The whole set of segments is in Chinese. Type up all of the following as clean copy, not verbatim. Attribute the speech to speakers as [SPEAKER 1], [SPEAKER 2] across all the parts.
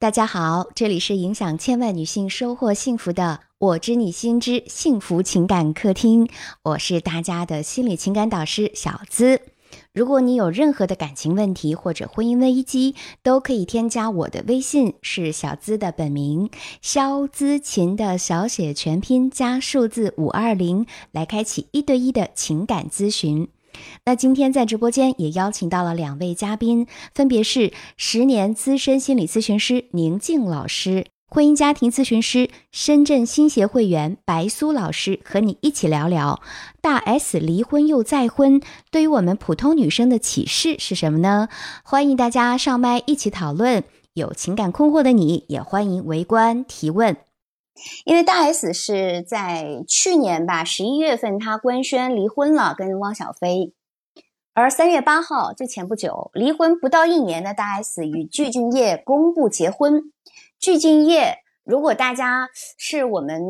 [SPEAKER 1] 大家好，这里是影响千万女性收获幸福的我知你心知幸福情感客厅，我是大家的心理情感导师小资。如果你有任何的感情问题或者婚姻危机，都可以添加我的微信，是小资的本名肖资琴的小写全拼加数字520，来开启1对1的情感咨询。那今天在直播间也邀请到了2位嘉宾，分别是10年资深心理咨询师宁静老师，婚姻家庭咨询师深圳新协会员白苏老师，和你一起聊聊大 S 离婚又再婚对于我们普通女生的启示是什么呢？欢迎大家上麦一起讨论，有情感困惑的你也欢迎围观提问。因为大 S 是在去年吧11月份她官宣离婚了，跟汪小菲。而3月8号就前不久，离婚不到1年的大 S 与具俊晔公布结婚。具俊晔如果大家是我们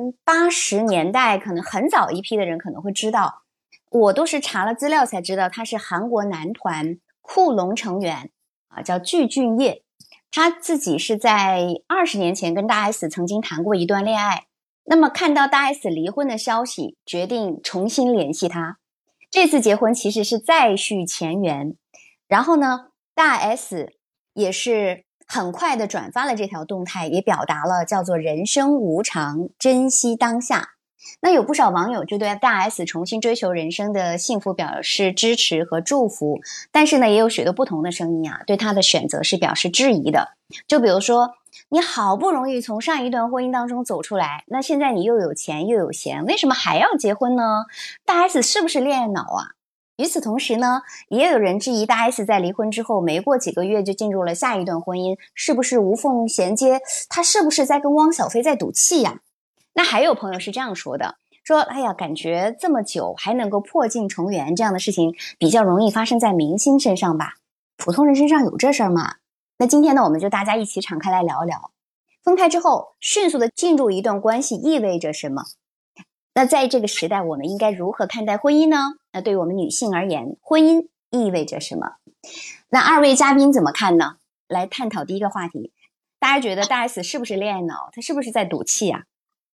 [SPEAKER 1] 80年代可能很早一批的人可能会知道，我都是查了资料才知道他是韩国男团酷龙成员叫具俊晔。他自己是在20年前跟大 S 曾经谈过一段恋爱，那么看到大 S 离婚的消息，决定重新联系他。这次结婚其实是再续前缘，然后呢，大 S 也是很快的转发了这条动态，也表达了叫做人生无常，珍惜当下。那有不少网友就对大 S 重新追求人生的幸福表示支持和祝福，但是呢，也有许多不同的声音对他的选择是表示质疑的。就比如说，你好不容易从上一段婚姻当中走出来，那现在你又有钱又有闲，为什么还要结婚呢？大 S 是不是恋爱脑啊？与此同时呢，也有人质疑大 S 在离婚之后没过几个月就进入了下一段婚姻，是不是无缝衔接？他是不是在跟汪小菲在赌气呀？那还有朋友是这样说的，说哎呀，感觉这么久还能够破镜重圆，这样的事情比较容易发生在明星身上吧，普通人身上有这事儿吗？那今天呢，我们就大家一起敞开来聊聊，分开之后迅速的进入一段关系意味着什么？那在这个时代，我们应该如何看待婚姻呢？那对于我们女性而言，婚姻意味着什么？那2位嘉宾怎么看呢？来探讨第一个话题，大家觉得大 S 是不是恋爱脑？她是不是在赌气啊？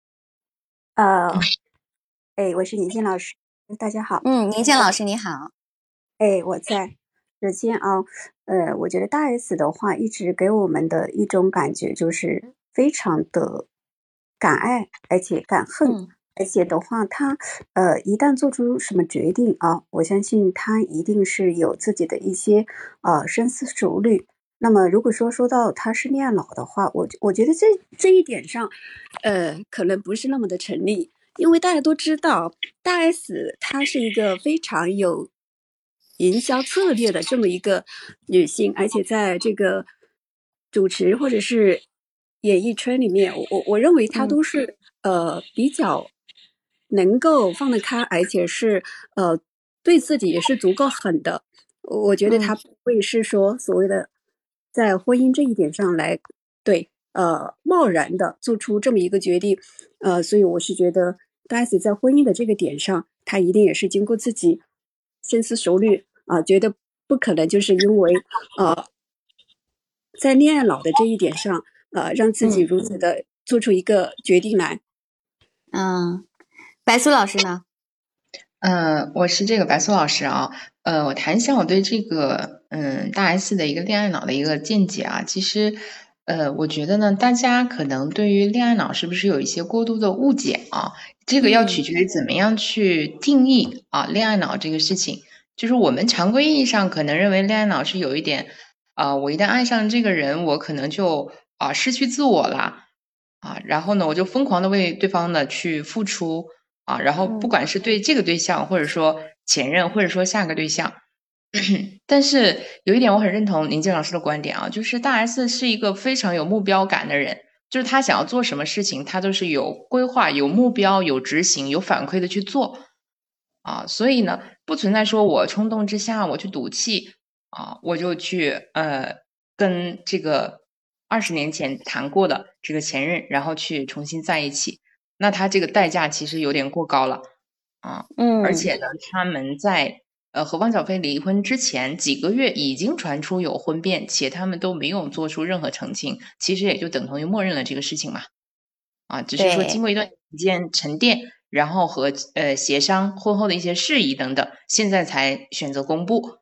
[SPEAKER 2] 我是宁静老师，大家好。
[SPEAKER 1] 宁静老师你好。
[SPEAKER 2] 我在。首先我觉得大 S 的话一直给我们的一种感觉就是非常的敢爱，而且敢恨，而且的话他一旦做出什么决定我相信他一定是有自己的一些深思熟虑。那么如果说到他是恋爱脑的话，我觉得这一点上可能不是那么的成立，因为大家都知道大 S 她是一个非常有营销策略的这么一个女性，而且在这个主持或者是演艺圈里面，我认为她都是比较能够放得开，而且是对自己也是足够狠的。我觉得她不会是说所谓的在婚姻这一点上来贸然的做出这么一个决定。所以我是觉得大 S 在婚姻的这个点上，她一定也是经过自己深思熟虑觉得不可能就是因为在恋爱脑的这一点上让自己如此的做出一个决定来。
[SPEAKER 1] 白苏老师呢？
[SPEAKER 3] 我是这个白苏老师我谈一下我对这个大 S 的一个恋爱脑的一个见解其实我觉得呢，大家可能对于恋爱脑是不是有一些过度的误解这个要取决于怎么样去定义恋爱脑这个事情。就是我们常规意义上可能认为恋爱脑是有一点我一旦爱上这个人，我可能就失去自我了然后呢，我就疯狂的为对方呢去付出然后不管是对这个对象，或者说前任，或者说下个对象。但是有一点我很认同宁静老师的观点就是大 S 是一个非常有目标感的人，就是他想要做什么事情，他都是有规划、有目标、有执行、有反馈的去做所以呢，不存在说我冲动之下我去赌气我就去跟这个20年前谈过的这个前任，然后去重新在一起。那他这个代价其实有点过高了而且呢，他们在和汪小菲离婚之前几个月已经传出有婚变，且他们都没有做出任何澄清，其实也就等同于默认了这个事情嘛。只是说经过一段时间沉淀，然后和协商婚后的一些事宜等等，现在才选择公布。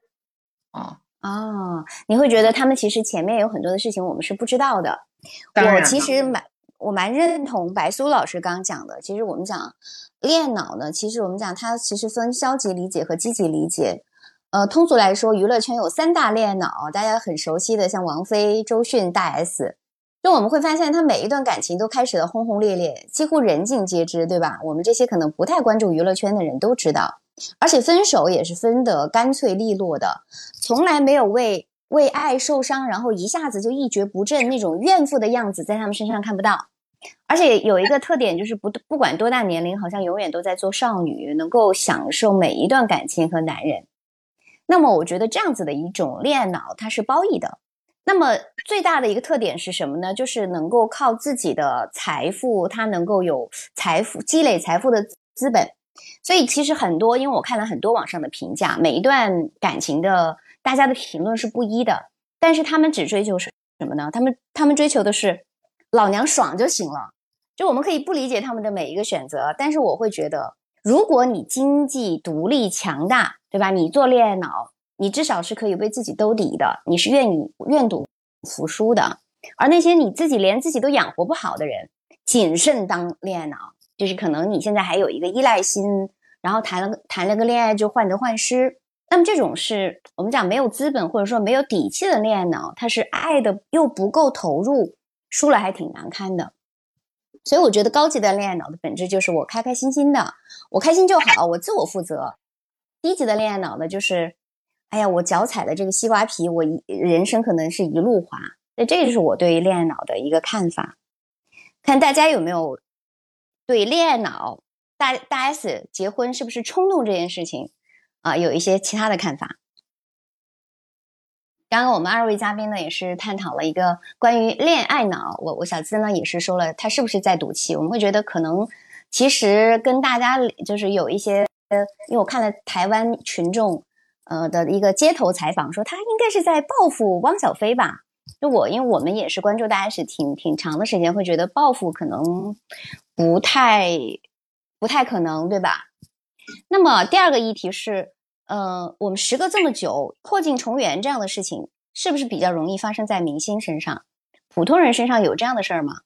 [SPEAKER 1] 你会觉得他们其实前面有很多的事情我们是不知道的。我其实蛮认同白苏老师刚刚讲的。其实我们讲恋脑呢，其实我们讲它其实分消极理解和积极理解。通俗来说，娱乐圈有3大恋脑，大家很熟悉的，像王菲、周迅、大 S。就我们会发现，他每一段感情都开始了轰轰烈烈，几乎人尽皆知，对吧？我们这些可能不太关注娱乐圈的人都知道。而且分手也是分得干脆利落的，从来没有为爱受伤，然后一下子就一蹶不振那种怨妇的样子，在他们身上看不到。而且有一个特点，就是不管多大年龄，好像永远都在做少女，能够享受每一段感情和男人。那么我觉得这样子的一种恋脑，它是褒义的。那么最大的一个特点是什么呢？就是能够靠自己的财富，他能够有积累财富的资本。所以其实很多，因为我看了很多网上的评价，每一段感情的大家的评论是不一的，但是他们只追求什么呢？他们追求的是老娘爽就行了。就我们可以不理解他们的每一个选择，但是我会觉得，如果你经济独立强大，对吧？你做恋爱脑，你至少是可以为自己兜底的，你是愿赌服输的。而那些你自己连自己都养活不好的人，谨慎当恋爱脑。就是可能你现在还有一个依赖心，然后谈了个恋爱就患得患失，那么这种是我们讲没有资本或者说没有底气的恋爱脑，它是爱的又不够投入，输了还挺难堪的。所以我觉得高级的恋爱脑的本质就是我开开心心的，我开心就好，我自我负责。低级的恋爱脑呢，就是哎呀，我脚踩的这个西瓜皮，我人生可能是一路滑。那这就是我对恋爱脑的一个看法。看大家有没有对恋爱脑大 S 结婚是不是冲动这件事情有一些其他的看法。刚刚我们2位嘉宾呢也是探讨了一个关于恋爱脑，我小资呢也是说了他是不是在赌气。我们会觉得可能其实跟大家就是有一些因为我看了台湾群众的一个街头采访，说他应该是在报复汪小菲吧。因为我们也是关注大 S 挺长的时间，会觉得报复可能不太可能，对吧？那么第二个议题是我们时隔这么久，破镜重圆这样的事情是不是比较容易发生在明星身上？普通人身上有这样的事儿吗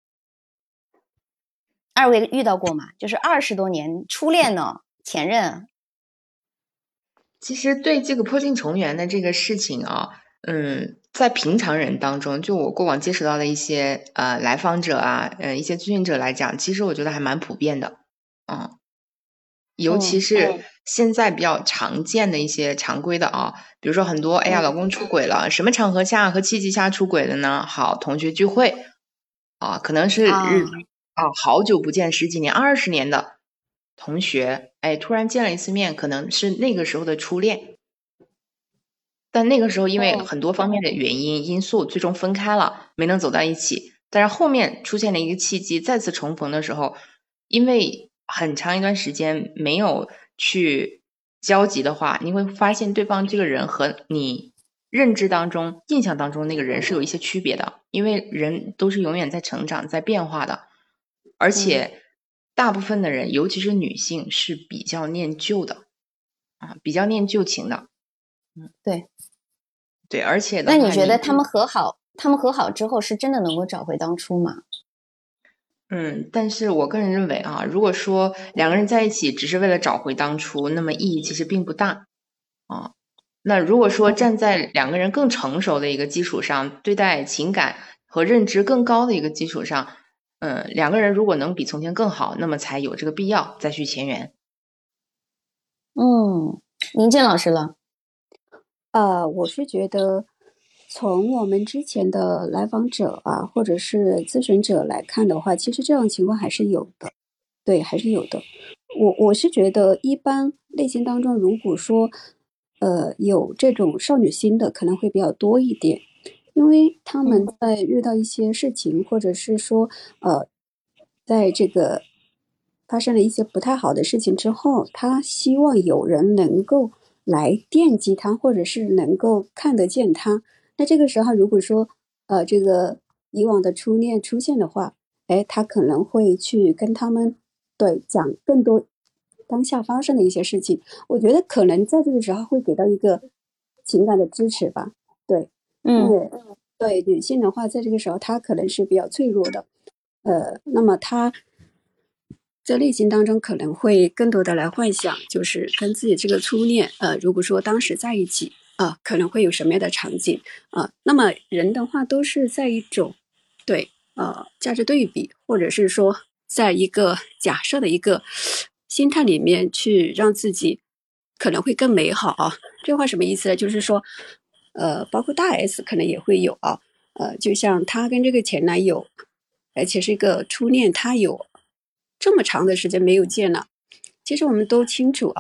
[SPEAKER 1] ？2位遇到过吗？就是20多年初恋呢，前任。
[SPEAKER 3] 其实对这个破镜重圆的这个事情在平常人当中，就我过往接触到的一些来访者一些咨询者来讲，其实我觉得还蛮普遍的。尤其是现在比较常见的一些常规的比如说很多哎呀老公出轨了，什么场合下和契机下出轨的呢？好，同学聚会可能是好久不见10几年20年的同学，突然见了一次面，可能是那个时候的初恋，但那个时候因为很多方面的原因因素最终分开了，没能走到一起。但是后面出现了一个契机，再次重逢的时候，因为很长一段时间没有去交集的话，你会发现对方这个人和你认知当中印象当中那个人是有一些区别的，因为人都是永远在成长在变化的，而且大部分的人尤其是女性是比较念旧的比较念旧情的。对，而且的话，
[SPEAKER 1] 那你觉得他们和好之后是真的能够找回当初吗？
[SPEAKER 3] 但是我个人认为如果说2个人在一起只是为了找回当初，那么意义其实并不大那如果说站在2个人更成熟的一个基础上，对待情感和认知更高的一个基础上，2个人如果能比从前更好，那么才有这个必要再续前缘。
[SPEAKER 1] 宁静老师了。
[SPEAKER 2] 我是觉得从我们之前的来访者或者是咨询者来看的话，其实这样情况还是有的。对，还是有的。我是觉得一般类型当中，如果说有这种少女心的可能会比较多一点，因为他们在遇到一些事情或者是说在这个发生了一些不太好的事情之后，他希望有人能够来惦记他，或者是能够看得见他。那这个时候如果说这个以往的初恋出现的话，他可能会去跟他们讲更多当下发生的一些事情。我觉得可能在这个时候会给到一个情感的支持吧。对，对女性的话，在这个时候她可能是比较脆弱的，那么她在内心当中可能会更多的来幻想，就是跟自己这个初恋，如果说当时在一起可能会有什么样的场景那么人的话都是在一种价值对比，或者是说在一个假设的一个心态里面去让自己可能会更美好这话什么意思呢？就是说包括大 S 可能也会有就像她跟这个前男友，而且是一个初恋，她有这么长的时间没有见了。其实我们都清楚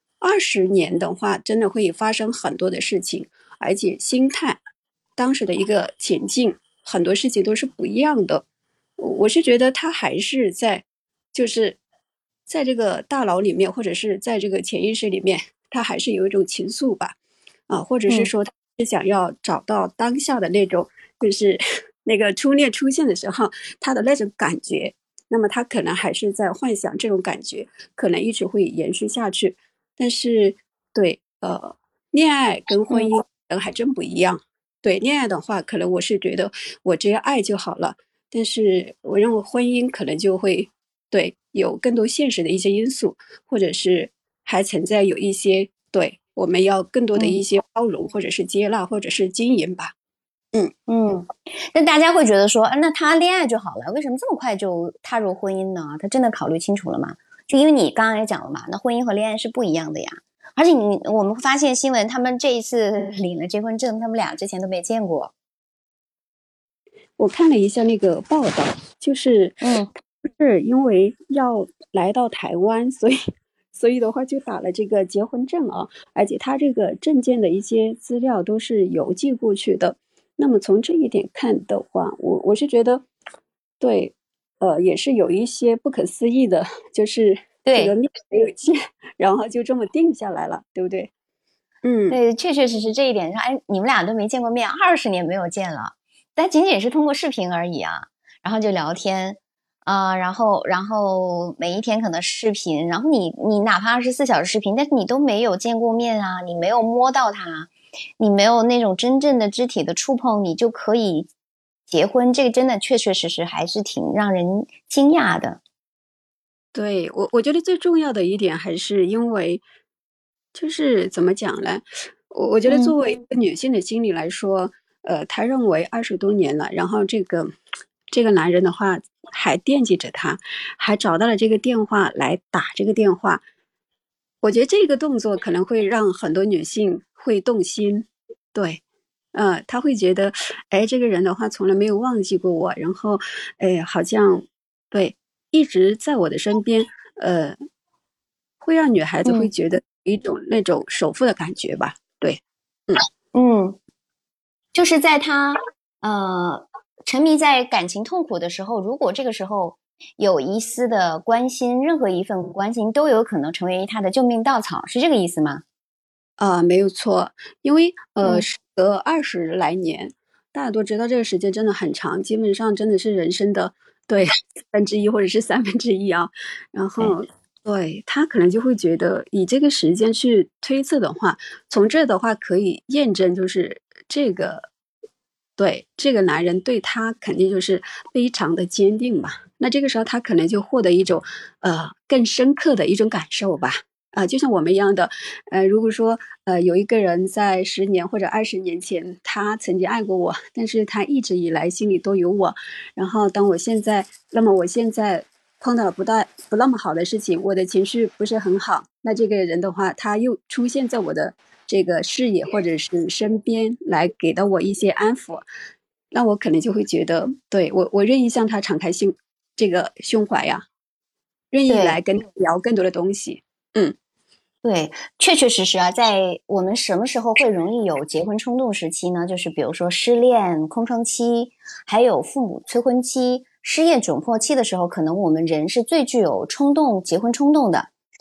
[SPEAKER 2] 20年的话真的会发生很多的事情，而且心态当时的一个前进，很多事情都是不一样的。我是觉得他还是就是在这个大脑里面，或者是在这个潜意识里面，他还是有一种情愫吧或者是说他是想要找到当下的那种就是那个初恋出现的时候他的那种感觉，那么他可能还是在幻想这种感觉可能一直会延续下去。但是恋爱跟婚姻人还真不一样。对，恋爱的话可能我是觉得我只要爱就好了，但是我认为婚姻可能就会有更多现实的一些因素，或者是还存在有一些我们要更多的一些包容，或者是接纳，或者是经营吧。
[SPEAKER 1] 那大家会觉得说，那他恋爱就好了，为什么这么快就踏入婚姻呢？他真的考虑清楚了吗？就因为你刚刚也讲了嘛，那婚姻和恋爱是不一样的呀。而且我们发现新闻，他们这一次领了结婚证，他们俩之前都没见过。
[SPEAKER 2] 我看了一下那个报道，就是是因为要来到台湾，所以的话就打了这个结婚证而且他这个证件的一些资料都是邮寄过去的。那么从这一点看的话，我是觉得也是有一些不可思议的，就是这个面没有见，然后就这么定下来了，对不对？
[SPEAKER 1] 对，确确实实这一点上，你们俩都没见过面，20年没有见了，但仅仅是通过视频而已然后就聊天然后每一天可能视频，然后你哪怕24小时视频，但是你都没有见过面你没有摸到他，你没有那种真正的肢体的触碰，你就可以结婚，这个真的确确实实还是挺让人惊讶的。
[SPEAKER 2] 对，我觉得最重要的一点还是因为就是怎么讲呢？我觉得作为一个女性的心理来说，她认为20多年了，然后这个男人的话还惦记着她，还找到了这个电话来打这个电话。我觉得这个动作可能会让很多女性会动心。对，她会觉得，这个人的话从来没有忘记过我，然后，好像一直在我的身边，会让女孩子会觉得一种那种守护的感觉吧。对，
[SPEAKER 1] 就是在他沉迷在感情痛苦的时候，如果这个时候有一丝的关心，任何一份关心都有可能成为他的救命稻草，是这个意思吗？
[SPEAKER 2] 没有错，因为时隔20来年，大家都知道这个时间真的很长，基本上真的是人生的1/4或者是1/3然后他可能就会觉得以这个时间去推测的话，从这的话可以验证就是这个男人对他肯定就是非常的坚定嘛。那这个时候他可能就获得一种更深刻的一种感受吧。就像我们一样的，如果说有一个人在10年或者20年前他曾经爱过我，但是他一直以来心里都有我，然后那么我现在碰到了不那么好的事情，我的情绪不是很好，那这个人的话他又出现在我的这个视野或者是身边来给到我一些安抚，那我可能就会觉得我愿意向他敞开这个胸怀呀，愿意来跟他聊更多的东西。
[SPEAKER 1] 对，确确实实在我们什么时候会容易有结婚冲动时期呢？就是比如说失恋、空窗期，还有父母催婚期、失业窘迫期的时候，可能我们人是最具有结婚冲动的。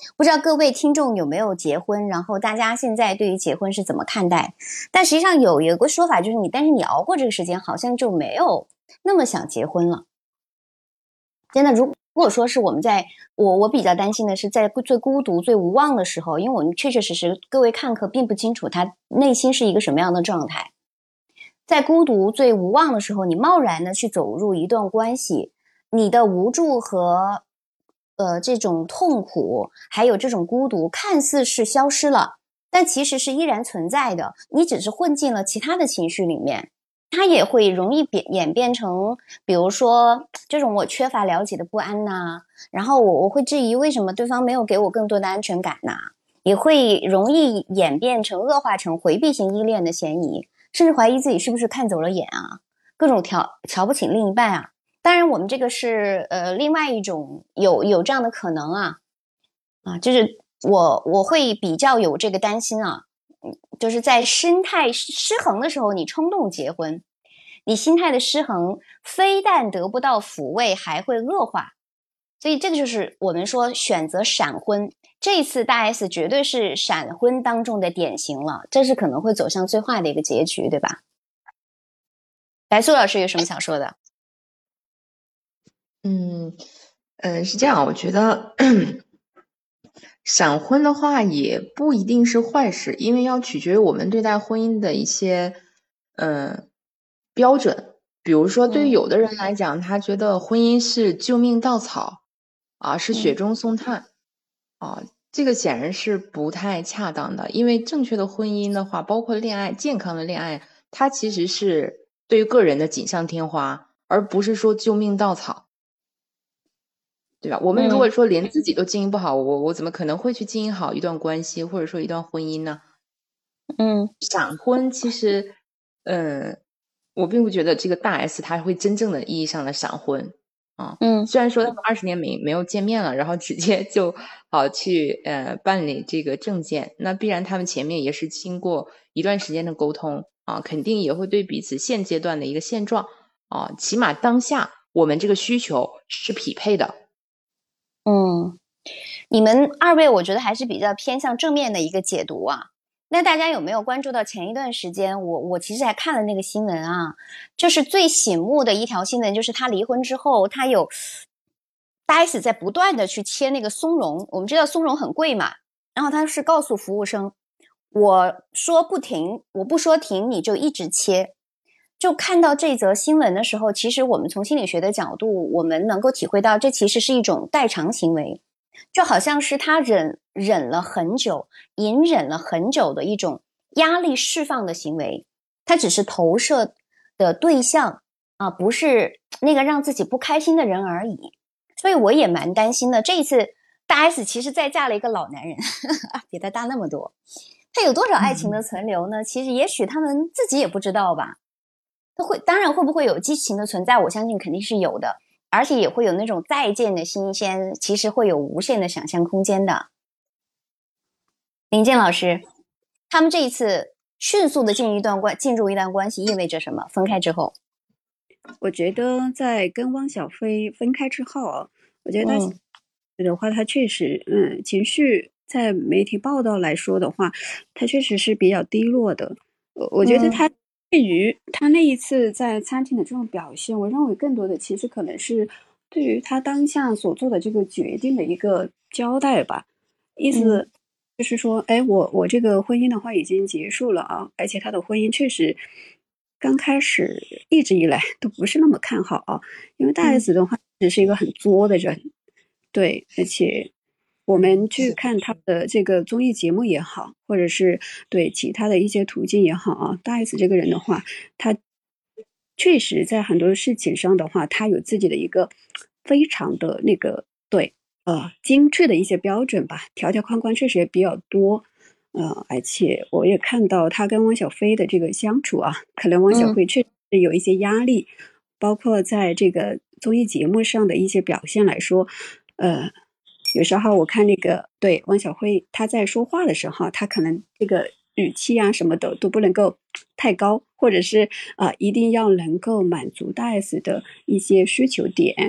[SPEAKER 1] 不知道各位听众有没有结婚，然后大家现在对于结婚是怎么看待？但实际上有一个说法就是但是你熬过这个时间，好像就没有那么想结婚了。真的，如果说是我比较担心的是在最孤独、最无望的时候，因为我们确确实实各位看客并不清楚他内心是一个什么样的状态。在孤独最无望的时候，你贸然的去走入一段关系，你的无助和这种痛苦，还有这种孤独，看似是消失了，但其实是依然存在的。你只是混进了其他的情绪里面，它也会容易演变成，比如说这种我缺乏了解的不安呐，然后我会质疑为什么对方没有给我更多的安全感呐，也会容易演变成恶化成回避型依恋的嫌疑。甚至怀疑自己是不是看走了眼啊，各种瞧不起另一半啊。当然我们这个是另外一种有这样的可能啊，就是我会比较有这个担心啊，就是在心态失衡的时候你冲动结婚，你心态的失衡非但得不到抚慰还会恶化。所以这个就是我们说选择闪婚，这一次大 S 绝对是闪婚当中的典型了，这是可能会走向最坏的一个结局，对吧？白苏老师有什么想说的？
[SPEAKER 3] 是这样，我觉得闪婚的话也不一定是坏事，因为要取决于我们对待婚姻的一些标准。比如说对于有的人来讲，他觉得婚姻是救命稻草啊，是雪中送炭啊，这个显然是不太恰当的。因为正确的婚姻的话，包括恋爱，健康的恋爱，它其实是对于个人的锦上添花，而不是说救命稻草，对吧？我们如果说连自己都经营不好，我怎么可能会去经营好一段关系，或者说一段婚姻呢？闪婚其实我并不觉得这个大 S 她会真正的意义上的闪婚啊。虽然说他们20年没有见面了，然后直接就好去办理这个证件，那必然他们前面也是经过一段时间的沟通啊，肯定也会对彼此现阶段的一个现状啊，起码当下我们这个需求是匹配的。
[SPEAKER 1] 你们二位我觉得还是比较偏向正面的一个解读啊。那大家有没有关注到前一段时间我其实还看了那个新闻啊，就是最醒目的一条新闻，就是他离婚之后，他有大 S 在不断的去切那个松茸，我们知道松茸很贵嘛，然后他是告诉服务生，我说不停，我不说停你就一直切。就看到这则新闻的时候，其实我们从心理学的角度，我们能够体会到这其实是一种代偿行为，就好像是他忍了很久，隐忍了很久的一种压力释放的行为，他只是投射的对象啊，不是那个让自己不开心的人而已。所以我也蛮担心的，这一次大 S 其实再嫁了一个老男人比他大那么多，他有多少爱情的存留呢？其实也许他们自己也不知道吧。当然会不会有激情的存在，我相信肯定是有的，而且也会有那种再见的新鲜，其实会有无限的想象空间的。林健老师，他们这一次迅速的进入一段关系意味着什么？分开之后，
[SPEAKER 2] 我觉得在跟汪小菲分开之后啊，我觉得他确实情绪在媒体报道来说的话，他确实是比较低落的。我觉得他对于他那一次在餐厅的这种表现，我认为更多的其实可能是对于他当下所做的这个决定的一个交代吧。意思就是说，我这个婚姻的话已经结束了啊，而且他的婚姻确实刚开始一直以来都不是那么看好啊，因为大 S 的话只是一个很作的人，对，而且我们去看他的这个综艺节目也好，或者是对其他的一些途径也好啊，大 S 这个人的话，他确实在很多事情上的话，他有自己的一个非常的那个精确的一些标准吧，条条框框确实也比较多。而且我也看到他跟汪小菲的这个相处啊，可能汪小菲确实有一些压力，包括在这个综艺节目上的一些表现来说，有时候我看那个对汪小菲他在说话的时候，他可能这个语气啊什么的都不能够太高，或者是一定要能够满足大 S 的一些需求点。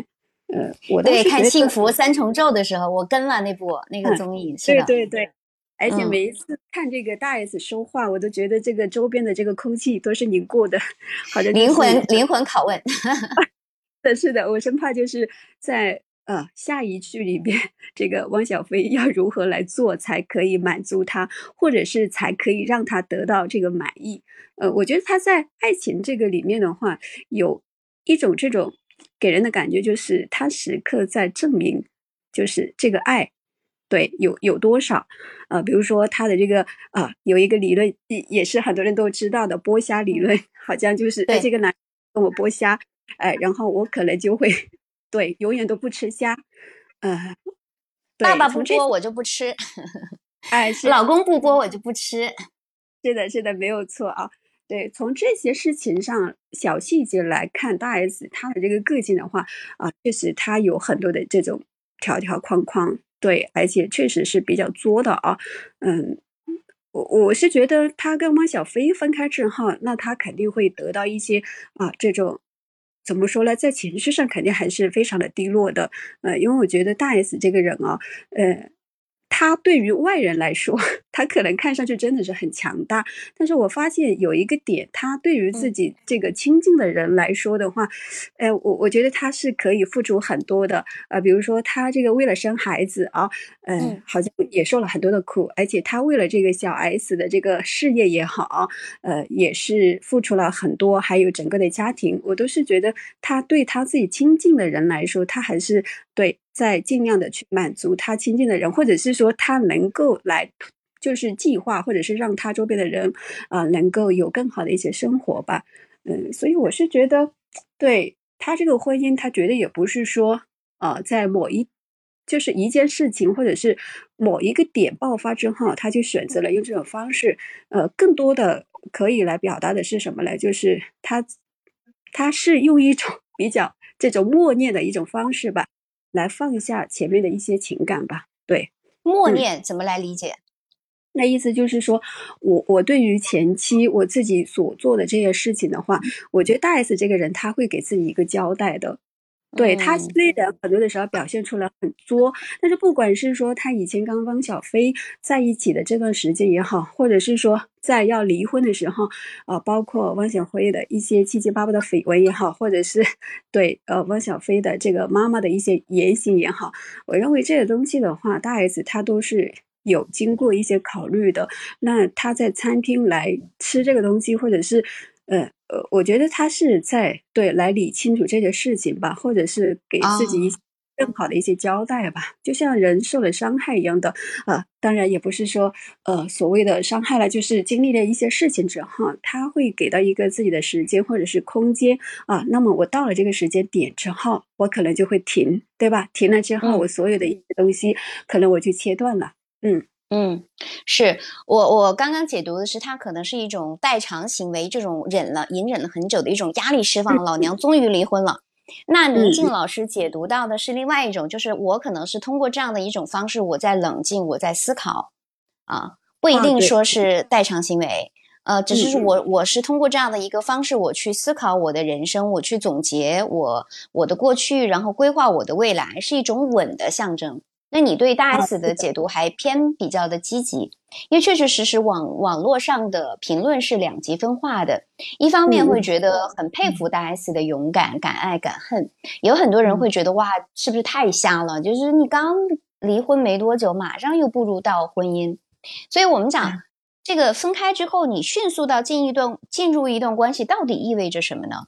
[SPEAKER 2] 我当
[SPEAKER 1] 对，
[SPEAKER 2] 时觉得
[SPEAKER 1] 看幸福三重奏的时候，我跟了那个综艺，是
[SPEAKER 2] 对
[SPEAKER 1] 的，
[SPEAKER 2] 对对，而且每一次看这个大 S 说话，我都觉得这个周边的这个空气都是凝固的，好像就是
[SPEAKER 1] 灵魂拷问。
[SPEAKER 2] 是的，我生怕就是在下一句里边，这个汪小菲要如何来做才可以满足他，或者是才可以让他得到这个满意。我觉得他在爱情这个里面的话，有一种这种给人的感觉，就是他时刻在证明，就是这个爱。对，有多少？比如说他的这个有一个理论也是很多人都知道的剥虾理论，好像就是这个男人跟我剥虾，然后我可能就会对永远都不吃虾，对，
[SPEAKER 1] 爸爸不剥我就不吃，
[SPEAKER 2] 是
[SPEAKER 1] 老公不剥我就不吃，
[SPEAKER 2] 是的，没有错啊。对，从这些事情上小细节来看，大 S 她的这个个性的话确实她有很多的这种条条框框，对，而且确实是比较作的啊。我是觉得她跟汪小菲分开之后，那她肯定会得到一些这种怎么说呢，在情绪上肯定还是非常的低落的。因为我觉得大 S 这个人他对于外人来说，他可能看上去真的是很强大，但是我发现有一个点，他对于自己这个亲近的人来说的话，我觉得他是可以付出很多的。比如说他这个为了生孩子好像也受了很多的苦，而且他为了这个小 S 的这个事业也好，也是付出了很多，还有整个的家庭，我都是觉得他对他自己亲近的人来说，他还是对在尽量的去满足他亲近的人，或者是说他能够来就是计划，或者是让他周边的人能够有更好的一些生活吧。所以我是觉得对他这个婚姻，他绝对也不是说在就是一件事情或者是某一个点爆发之后，他就选择了用这种方式。更多的可以来表达的是什么呢？就是他是用一种比较这种默念的一种方式吧，来放下前面的一些情感吧。对，
[SPEAKER 1] 默念怎么来理解？
[SPEAKER 2] 那意思就是说，我对于前期我自己所做的这些事情的话，我觉得大 S 这个人他会给自己一个交代的。对，他虽然很多的时候表现出来很作，但是不管是说他以前跟汪小菲在一起的这段时间也好，或者是说在要离婚的时候包括汪小菲的一些七七八八的绯闻也好，或者是对汪小菲的这个妈妈的一些言行也好，我认为这个东西的话，大 S 他都是有经过一些考虑的。那他在餐厅来吃这个东西，或者是我觉得他是在来理清楚这个事情吧，或者是给自己更好的一些交代吧。就像人受了伤害一样的当然也不是说所谓的伤害了，就是经历了一些事情之后，他会给到一个自己的时间或者是空间那么我到了这个时间点之后，我可能就会停，对吧？停了之后，我所有的一些东西可能我就切断了。
[SPEAKER 1] 是我刚刚解读的是，他可能是一种代偿行为，这种隐忍了很久的一种压力释放。老娘终于离婚了。那宁静老师解读到的是另外一种，就是我可能是通过这样的一种方式，我在冷静，我在思考不一定说是代偿行为。只是我是通过这样的一个方式，我去思考我的人生，我去总结我的过去，然后规划我的未来，是一种稳的象征。那你对大 S 的解读还偏比较的积极，因为确确实实网络上的评论是两极分化的，一方面会觉得很佩服大 S 的勇敢、敢爱敢恨，有很多人会觉得哇，是不是太瞎了？就是你刚离婚没多久，马上又步入到婚姻，所以我们讲这个分开之后，你迅速到进入一段关系，到底意味着什么呢？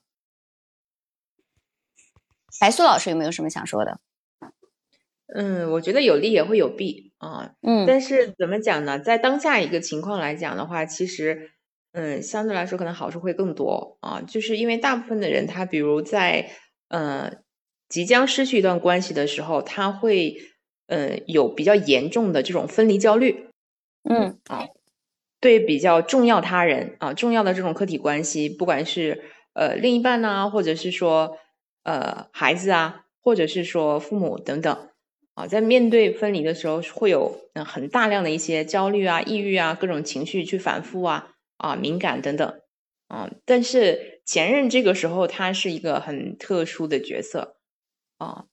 [SPEAKER 1] 白苏老师有没有什么想说的？
[SPEAKER 3] 我觉得有利也会有弊但是怎么讲呢？在当下一个情况来讲的话，其实相对来说可能好处会更多就是因为大部分的人他比如在即将失去一段关系的时候，他会有比较严重的这种分离焦虑对比较重要他人重要的这种客体关系，不管是另一半啊，或者是说孩子啊，或者是说父母等等在面对分离的时候，会有很大量的一些焦虑啊、抑郁啊、各种情绪去反复敏感等等但是前任这个时候他是一个很特殊的角色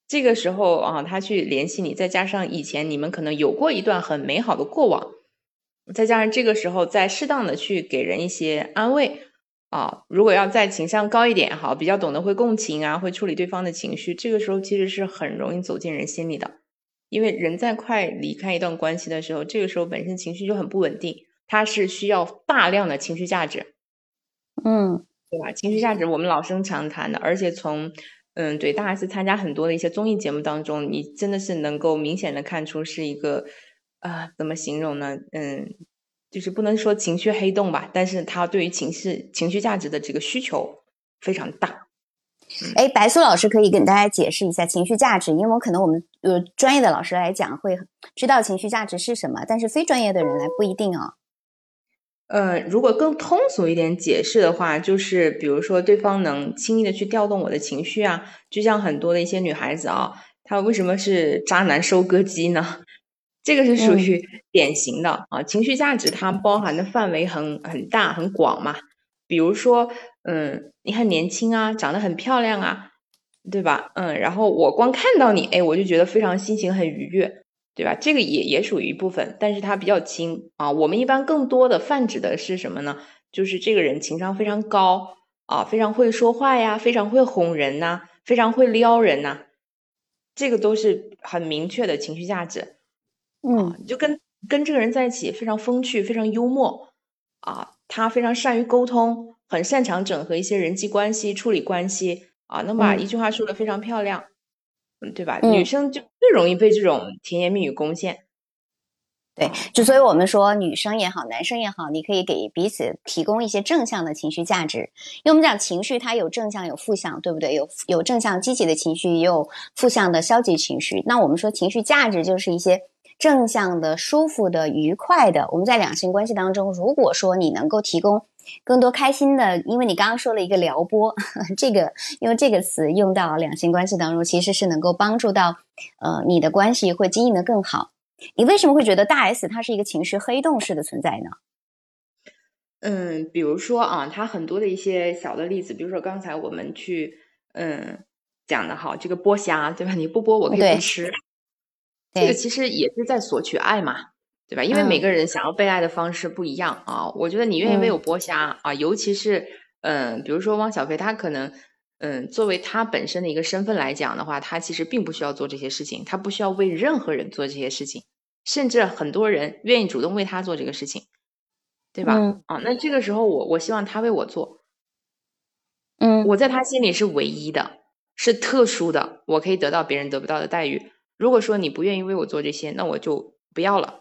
[SPEAKER 3] 这个时候啊，他去联系你，再加上以前你们可能有过一段很美好的过往，再加上这个时候再适当的去给人一些安慰啊，如果要再情商高一点好，比较懂得会共情啊，会处理对方的情绪，这个时候其实是很容易走进人心里的。因为人在快离开一段关系的时候，这个时候本身情绪就很不稳定，它是需要大量的情绪价值，对吧？情绪价值我们老生常谈的，而且从对大 S 参加很多的一些综艺节目当中，你真的是能够明显的看出是一个怎么形容呢？就是不能说情绪黑洞吧，但是他对于情绪价值的这个需求非常大。
[SPEAKER 1] 白苏老师可以跟大家解释一下情绪价值，因为可能我们专业的老师来讲会知道情绪价值是什么，但是非专业的人来不一定哦。
[SPEAKER 3] 如果更通俗一点解释的话，就是比如说对方能轻易的去调动我的情绪啊，就像很多的一些女孩子啊，她为什么是渣男收割机呢？这个是属于典型的啊，情绪价值它包含的范围很大很广嘛。比如说，你很年轻啊，长得很漂亮啊，对吧？然后我光看到你，我就觉得非常心情很愉悦，对吧？这个也属于一部分，但是它比较轻啊。我们一般更多的泛指的是什么呢？就是这个人情商非常高啊，非常会说话呀，非常会哄人呐，非常会撩人呐，这个都是很明确的情绪价值。你就跟这个人在一起非常风趣，非常幽默啊，他非常善于沟通，很擅长整合一些人际关系，处理关系啊，能把一句话说得非常漂亮，对吧？女生就最容易被这种甜言蜜语攻陷。
[SPEAKER 1] 对，之所以我们说女生也好，男生也好，你可以给彼此提供一些正向的情绪价值，因为我们讲情绪它有正向有负向，对不对？有正向积极的情绪，也有负向的消极情绪。那我们说情绪价值就是一些正向的、舒服的、愉快的。我们在两性关系当中，如果说你能够提供更多开心的，因为你刚刚说了一个撩拨，这个用这个词用到两性关系当中，其实是能够帮助到你的关系会经营得更好。你为什么会觉得大 S 它是一个情绪黑洞式的存在呢？
[SPEAKER 3] 比如说啊，它很多的一些小的例子，比如说刚才我们去讲的好，这个剥虾，对吧？你不剥我可以不吃，这个其实也是在索取爱嘛，对吧？因为每个人想要被爱的方式不一样啊。我觉得你愿意为我剥虾啊，尤其是比如说汪小菲，他可能作为他本身的一个身份来讲的话，他其实并不需要做这些事情，他不需要为任何人做这些事情，甚至很多人愿意主动为他做这个事情，对吧？那这个时候我希望他为我做，我在他心里是唯一的，是特殊的，我可以得到别人得不到的待遇。如果说你不愿意为我做这些，那我就不要了。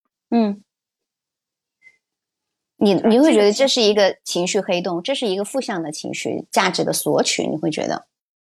[SPEAKER 1] 你会觉得这是一个情绪黑洞，这是一个负向的情绪价值的索取，你会觉得？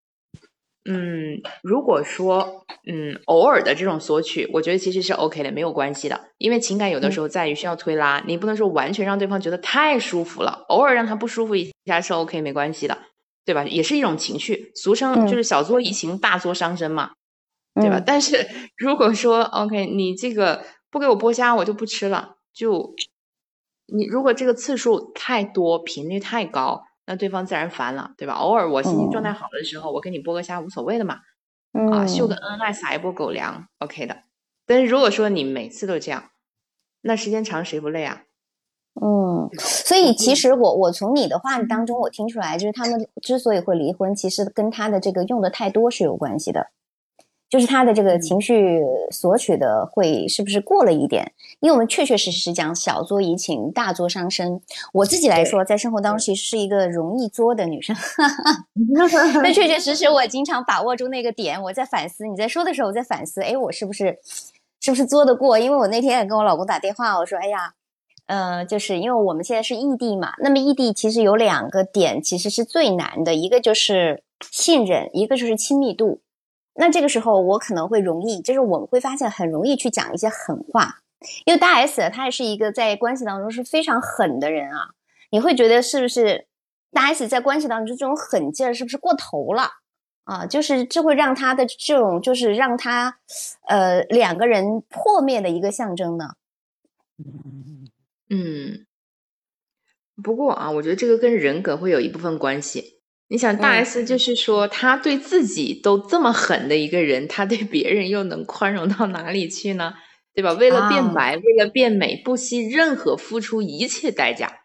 [SPEAKER 3] 如果说偶尔的这种索取，我觉得其实是 OK 的，没有关系的。因为情感有的时候在于需要推拉，你不能说完全让对方觉得太舒服了，偶尔让他不舒服一下是 OK 没关系的，对吧？也是一种情绪，俗称就是小作怡情，大作伤身嘛，对吧？但是如果说 OK，你这个不给我剥虾，我就不吃了，就你如果这个次数太多，频率太高，那对方自然烦了，对吧？偶尔我心情状态好的时候，我给你剥个虾无所谓的嘛，秀个恩爱，撒一波狗粮 OK 的。但是如果说你每次都这样，那时间长谁不累啊？
[SPEAKER 1] 所以其实我从你的话当中我听出来，就是他们之所以会离婚，其实跟他的这个用的太多是有关系的。就是他的这个情绪索取的会是不是过了一点？因为我们确确实实讲小作怡情，大作伤身。我自己来说，在生活当中其实是一个容易作的女生，但确确实实我经常把握住那个点。我在反思，你在说的时候，我在反思，我是不是作得过？因为我那天也跟我老公打电话，我说，哎呀，就是因为我们现在是异地嘛，那么异地其实有两个点其实是最难的，一个就是信任，一个就是亲密度。那这个时候我可能会容易，就是我们会发现很容易去讲一些狠话，因为大 S 她也是一个在关系当中是非常狠的人啊。你会觉得是不是大 S 在关系当中这种狠劲儿是不是过头了啊？就是这会让他的这种就是让他两个人破灭的一个象征呢？
[SPEAKER 3] 不过啊，我觉得这个跟人格会有一部分关系。 你想大 S 就是说他对自己都这么狠的一个人，他对别人又能宽容到哪里去呢？对吧？为了变白，为了变美，不惜任何付出一切代价。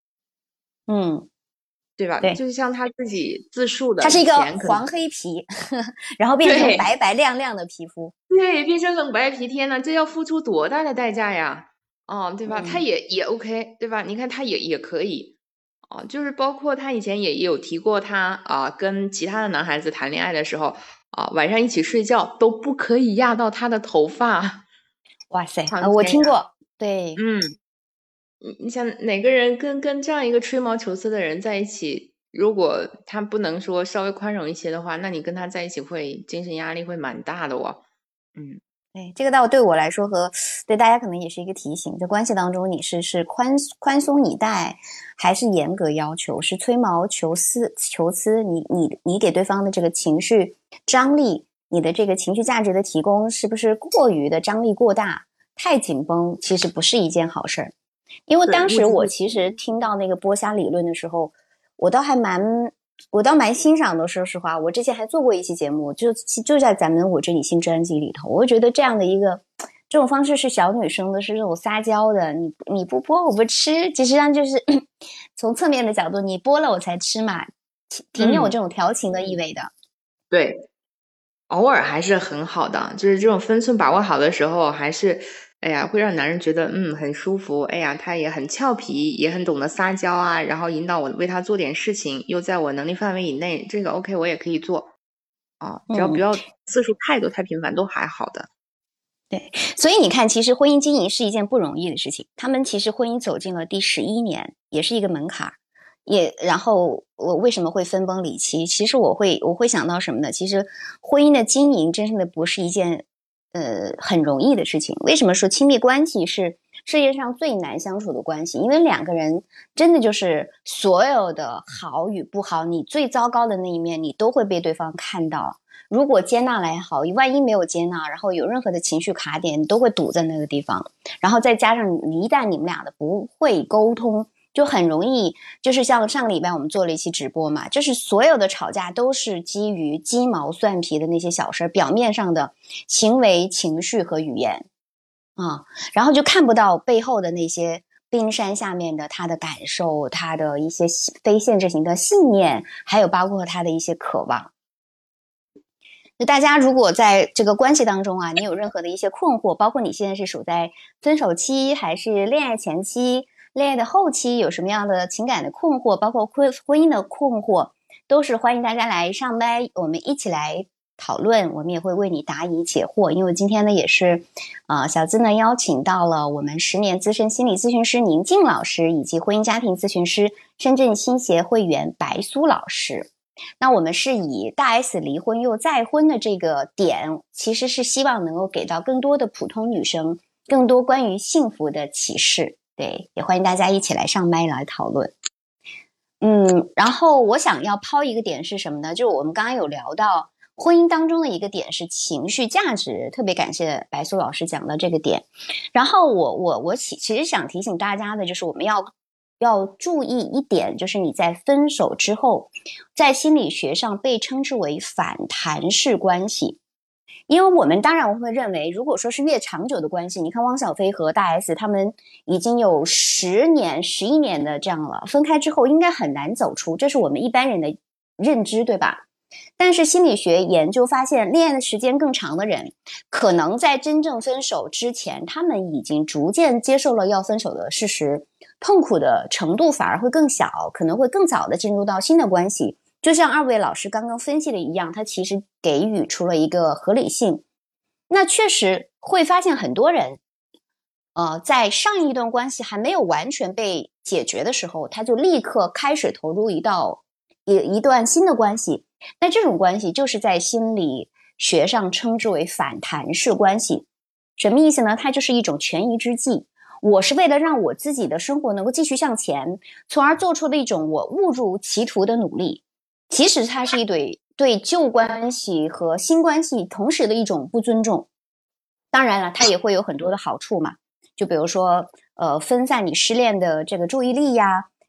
[SPEAKER 3] 对吧？
[SPEAKER 1] 对，
[SPEAKER 3] 就像他自己自述的，
[SPEAKER 1] 他是一个黄黑皮，然后变成白白亮亮的皮肤。
[SPEAKER 3] 对，变成冷白皮，天呐，这要付出多大的代价呀？对吧？他也 OK，对吧？你看他也可以，就是包括他以前也有提过他，跟其他的男孩子谈恋爱的时候，晚上一起睡觉都不可以压到他的头发。
[SPEAKER 1] 哇塞，我听过，对，
[SPEAKER 3] 你想哪个人跟这样一个吹毛求疵的人在一起，如果他不能说稍微宽容一些的话，那你跟他在一起会精神压力会蛮大的哦。
[SPEAKER 1] 对，这个倒对我来说和对大家可能也是一个提醒，在关系当中你是宽松以待，还是严格要求，是吹毛求疵，你给对方的这个情绪张力，你的这个情绪价值的提供是不是过于的张力过大，太紧绷，其实不是一件好事儿。因为当时我其实听到那个波虾理论的时候，我倒蛮欣赏的。说实话，我之前还做过一期节目，就在咱们我这里新专辑里头，我觉得这样的一个这种方式是小女生的，是这种撒娇的，你不剥我不吃，其实上就是从侧面的角度，你剥了我才吃嘛，挺有这种调情的意味的。
[SPEAKER 3] 对，偶尔还是很好的，就是这种分寸把握好的时候，还是哎呀，会让男人觉得很舒服。哎呀，他也很俏皮，也很懂得撒娇啊，然后引导我为他做点事情，又在我能力范围以内，这个 OK 我也可以做只要不要次数太多太频繁都还好的。
[SPEAKER 1] 对，所以你看，其实婚姻经营是一件不容易的事情。他们其实婚姻走进了第11年，也是一个门槛。然后我为什么会分崩离析？其实我会想到什么呢？其实婚姻的经营真正的不是一件很容易的事情。为什么说亲密关系是世界上最难相处的关系？因为两个人真的就是所有的好与不好，你最糟糕的那一面，你都会被对方看到。如果接纳来好，万一没有接纳，然后有任何的情绪卡点，你都会堵在那个地方。然后再加上一旦你们俩的不会沟通，就很容易，就是像上个礼拜我们做了一期直播嘛，就是所有的吵架都是基于鸡毛蒜皮的那些小事，表面上的行为、情绪和语言然后就看不到背后的那些冰山下面的他的感受，他的一些非现实型的信念，还有包括他的一些渴望。那大家如果在这个关系当中你有任何的一些困惑，包括你现在是处在分手期还是恋爱前期，恋爱的后期有什么样的情感的困惑，包括婚姻的困惑，都是欢迎大家来上麦，我们一起来讨论，我们也会为你答疑解惑。因为今天呢也是小资呢邀请到了我们10年资深心理咨询师宁静老师，以及婚姻家庭咨询师深圳新协会员白苏老师。那我们是以大 S 离婚又再婚的这个点，其实是希望能够给到更多的普通女生更多关于幸福的启示。对，也欢迎大家一起来上麦来讨论。然后我想要抛一个点是什么呢？就我们刚刚有聊到婚姻当中的一个点是情绪价值，特别感谢白苏老师讲的这个点。然后我其实想提醒大家的就是我们要注意一点，就是你在分手之后，在心理学上被称之为反弹式关系。因为我们当然会认为，如果说是越长久的关系，你看汪小菲和大 S 他们已经有10年、11年的这样了，分开之后应该很难走出，这是我们一般人的认知，对吧？但是心理学研究发现，恋爱的时间更长的人，可能在真正分手之前，他们已经逐渐接受了要分手的事实，痛苦的程度反而会更小，可能会更早的进入到新的关系。就像2位老师刚刚分析的一样，他其实给予出了一个合理性。那确实会发现很多人在上一段关系还没有完全被解决的时候，他就立刻开始投入一段新的关系。那这种关系就是在心理学上称之为反弹式关系。什么意思呢？它就是一种权宜之计，我是为了让我自己的生活能够继续向前，从而做出了一种我误入歧途的努力。其实它是对旧关系和新关系同时的一种不尊重。当然了，它也会有很多的好处嘛，就比如说分散你失恋的这个注意力呀，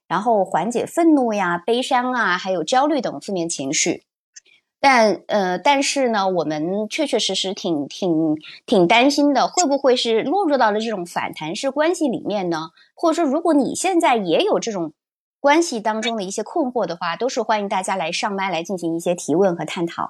[SPEAKER 1] 然后缓解愤怒呀、悲伤啊，还有焦虑等负面情绪。但是呢，我们确确实实挺担心的，会不会是落入到了这种反弹式关系里面呢？或者说，如果你现在也有这种关系当中的一些困惑的话，都是欢迎大家来上麦来进行一些提问和探讨。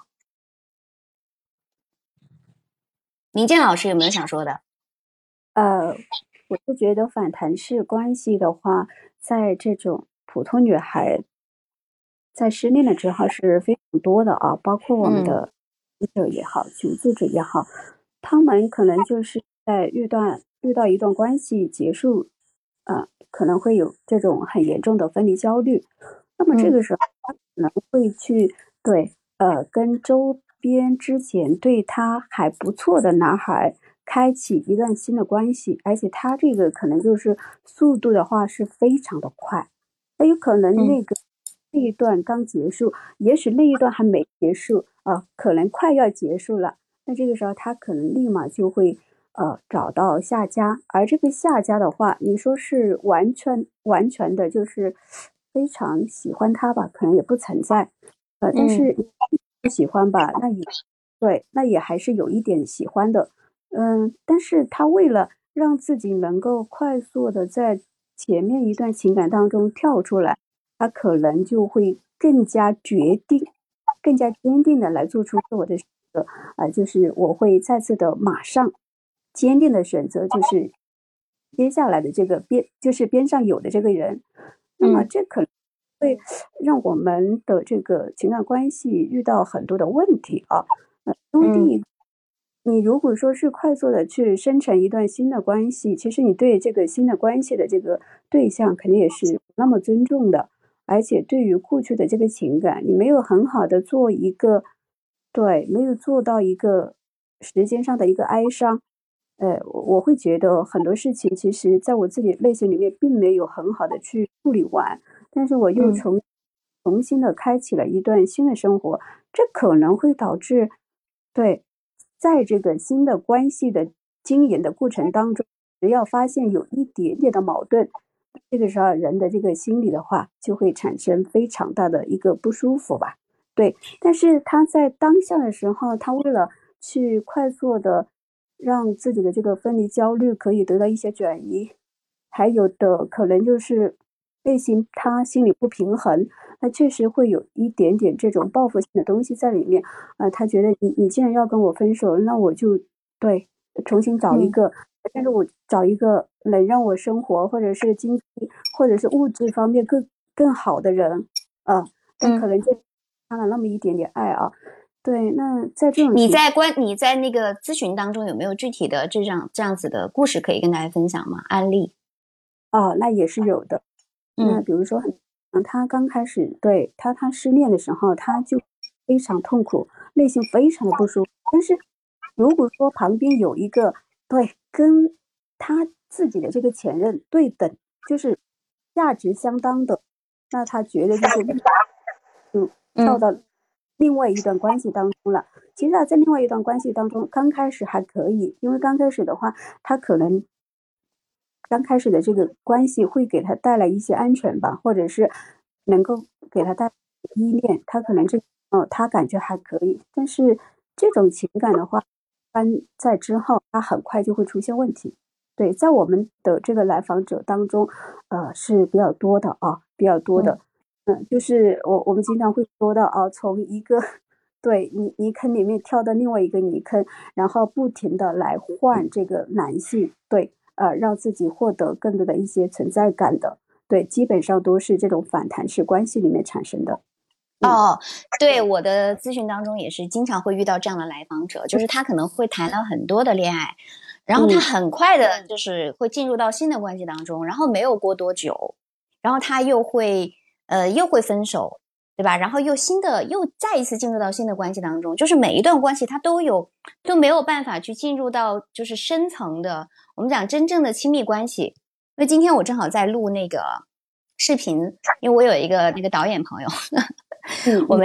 [SPEAKER 1] 明健老师有没有想说的？
[SPEAKER 2] 我就觉得反弹式关系的话，在这种普通女孩在失恋了之后是非常多的啊，包括我们的读者也好，求助者也好，他们可能就是在遇到一段关系结束，可能会有这种很严重的分离焦虑。那么这个时候，他可能会去跟周边之前对他还不错的男孩开启一段新的关系，而且他这个可能就是速度的话是非常的快，很有可能那一段刚结束，也许那一段还没结束可能快要结束了，那这个时候他可能立马就会找到下家，而这个下家的话，你说是完全的就是非常喜欢他吧，可能也不存在，但是不喜欢吧，那也还是有一点喜欢的，但是他为了让自己能够快速的在前面一段情感当中跳出来，他可能就会更加坚定的来做出自我的选择就是我会再次的马上坚定的选择，就是接下来的这个边上有的这个人，那么这可能会让我们的这个情感关系遇到很多的问题啊。兄弟，你如果说是快速的去生成一段新的关系，其实你对这个新的关系的这个对象肯定也是不那么尊重的，而且对于过去的这个情感，你没有很好的没有做到一个时间上的一个哀伤。我会觉得很多事情，其实在我自己内心里面并没有很好的去处理完，但是我又重新的开启了一段新的生活，这可能会导致在这个新的关系的经营的过程当中，只要发现有一点点的矛盾，这个时候人的这个心理的话，就会产生非常大的一个不舒服吧。对，但是他在当下的时候，他为了去快速的让自己的这个分离焦虑可以得到一些转移，还有的可能就是他心里不平衡，他确实会有一点点这种报复性的东西在里面他觉得你既然要跟我分手，那我就重新找一个，但是我找一个能让我生活或者是经济或者是物质方面更好的人但可能就差了那么一点点爱对，那在这种
[SPEAKER 1] 你在那个咨询当中有没有具体的这样子的故事可以跟大家分享吗？案例？
[SPEAKER 2] 那也是有的。那比如说，他刚开始他失恋的时候，他就非常痛苦，内心非常的不舒服。但是如果说旁边有一个跟他自己的这个前任对等，就是价值相当的，那他觉得就是跳到另外一段关系当中了。其实在另外一段关系当中，刚开始还可以，因为刚开始的话，他可能刚开始的这个关系会给他带来一些安全吧，或者是能够给他带来依恋，他可能他感觉还可以，但是这种情感的话，在之后他很快就会出现问题。对，在我们的这个来访者当中，是比较多的比较多的。就是我们经常会说到从一个泥坑里面跳到另外一个泥坑，然后不停的来换这个男性，让自己获得更多的一些存在感的，基本上都是这种反弹式关系里面产生的。
[SPEAKER 1] 对，我的咨询当中也是经常会遇到这样的来访者，就是他可能会谈了很多的恋爱，然后他很快的就是会进入到新的关系当中，然后没有过多久，然后他又会分手，对吧？然后又再一次进入到新的关系当中，就是每一段关系他都没有办法去进入到就是深层的我们讲真正的亲密关系。因为今天我正好在录那个视频，因为我有一个那个导演朋友我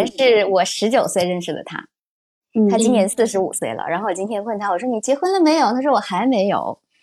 [SPEAKER 1] 19岁认识的他，他今年45岁了。然后我今天问他，我说你结婚了没有？他说我还没有。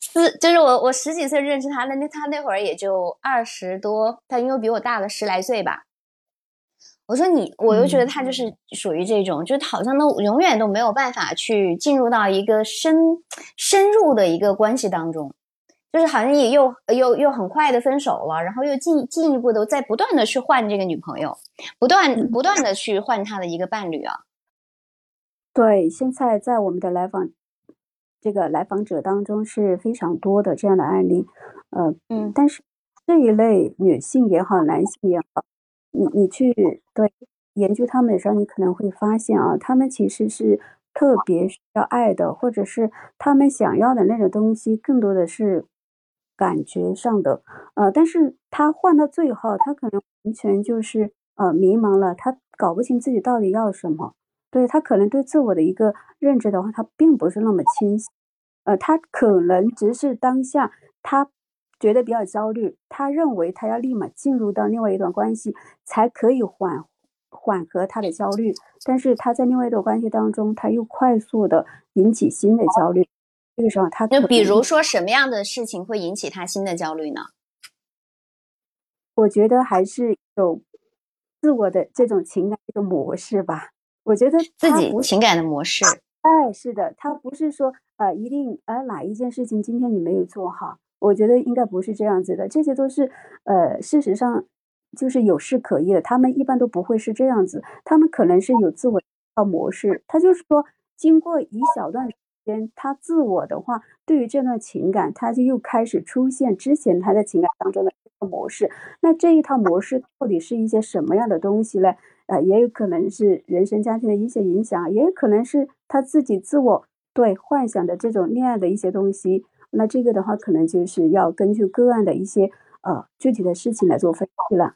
[SPEAKER 1] 就是我十几岁认识他，他那会儿也就20多，他因为比我大了10来岁吧。我又觉得他就是属于这种，就是好像都永远都没有办法去进入到一个深入的一个关系当中，就是好像也又很快的分手了，然后又进一步的在不断的去换这个女朋友，不断的去换他的一个伴侣啊。
[SPEAKER 2] 对，现在在我们的来访者当中是非常多的这样的案例，但是这一类女性也好，男性也好，你去研究他们的时候，你可能会发现啊，他们其实是特别需要爱的，或者是他们想要的那种东西，更多的是感觉上的，但是他换到最后，他可能完全就是迷茫了，他搞不清自己到底要什么。对，他可能对自我的一个认知的话，他并不是那么清晰，他可能只是当下他觉得比较焦虑，他认为他要立马进入到另外一段关系才可以缓和他的焦虑，但是他在另外一段关系当中，他又快速的引起新的焦虑，这个时候他
[SPEAKER 1] 就比如说什么样的事情会引起他新的焦虑呢？
[SPEAKER 2] 我觉得还是有自我的这种情感这个模式吧。我觉得
[SPEAKER 1] 自己情感的模式，
[SPEAKER 2] 是的，他不是说一定哪一件事情今天你没有做好，我觉得应该不是这样子的，这些都是事实上就是有事可依的，他们一般都不会是这样子，他们可能是有自我一套模式，他就是说经过一小段时间，他自我的话对于这段情感，他就又开始出现之前他在情感当中的一套模式，那这一套模式到底是一些什么样的东西呢？也有可能是人生家庭的一些影响，也有可能是他自己自我幻想的这种恋爱的一些东西。那这个的话，可能就是要根据个案的一些具体的事情来做分析了。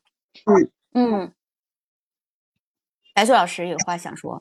[SPEAKER 1] 白素老师有话想说。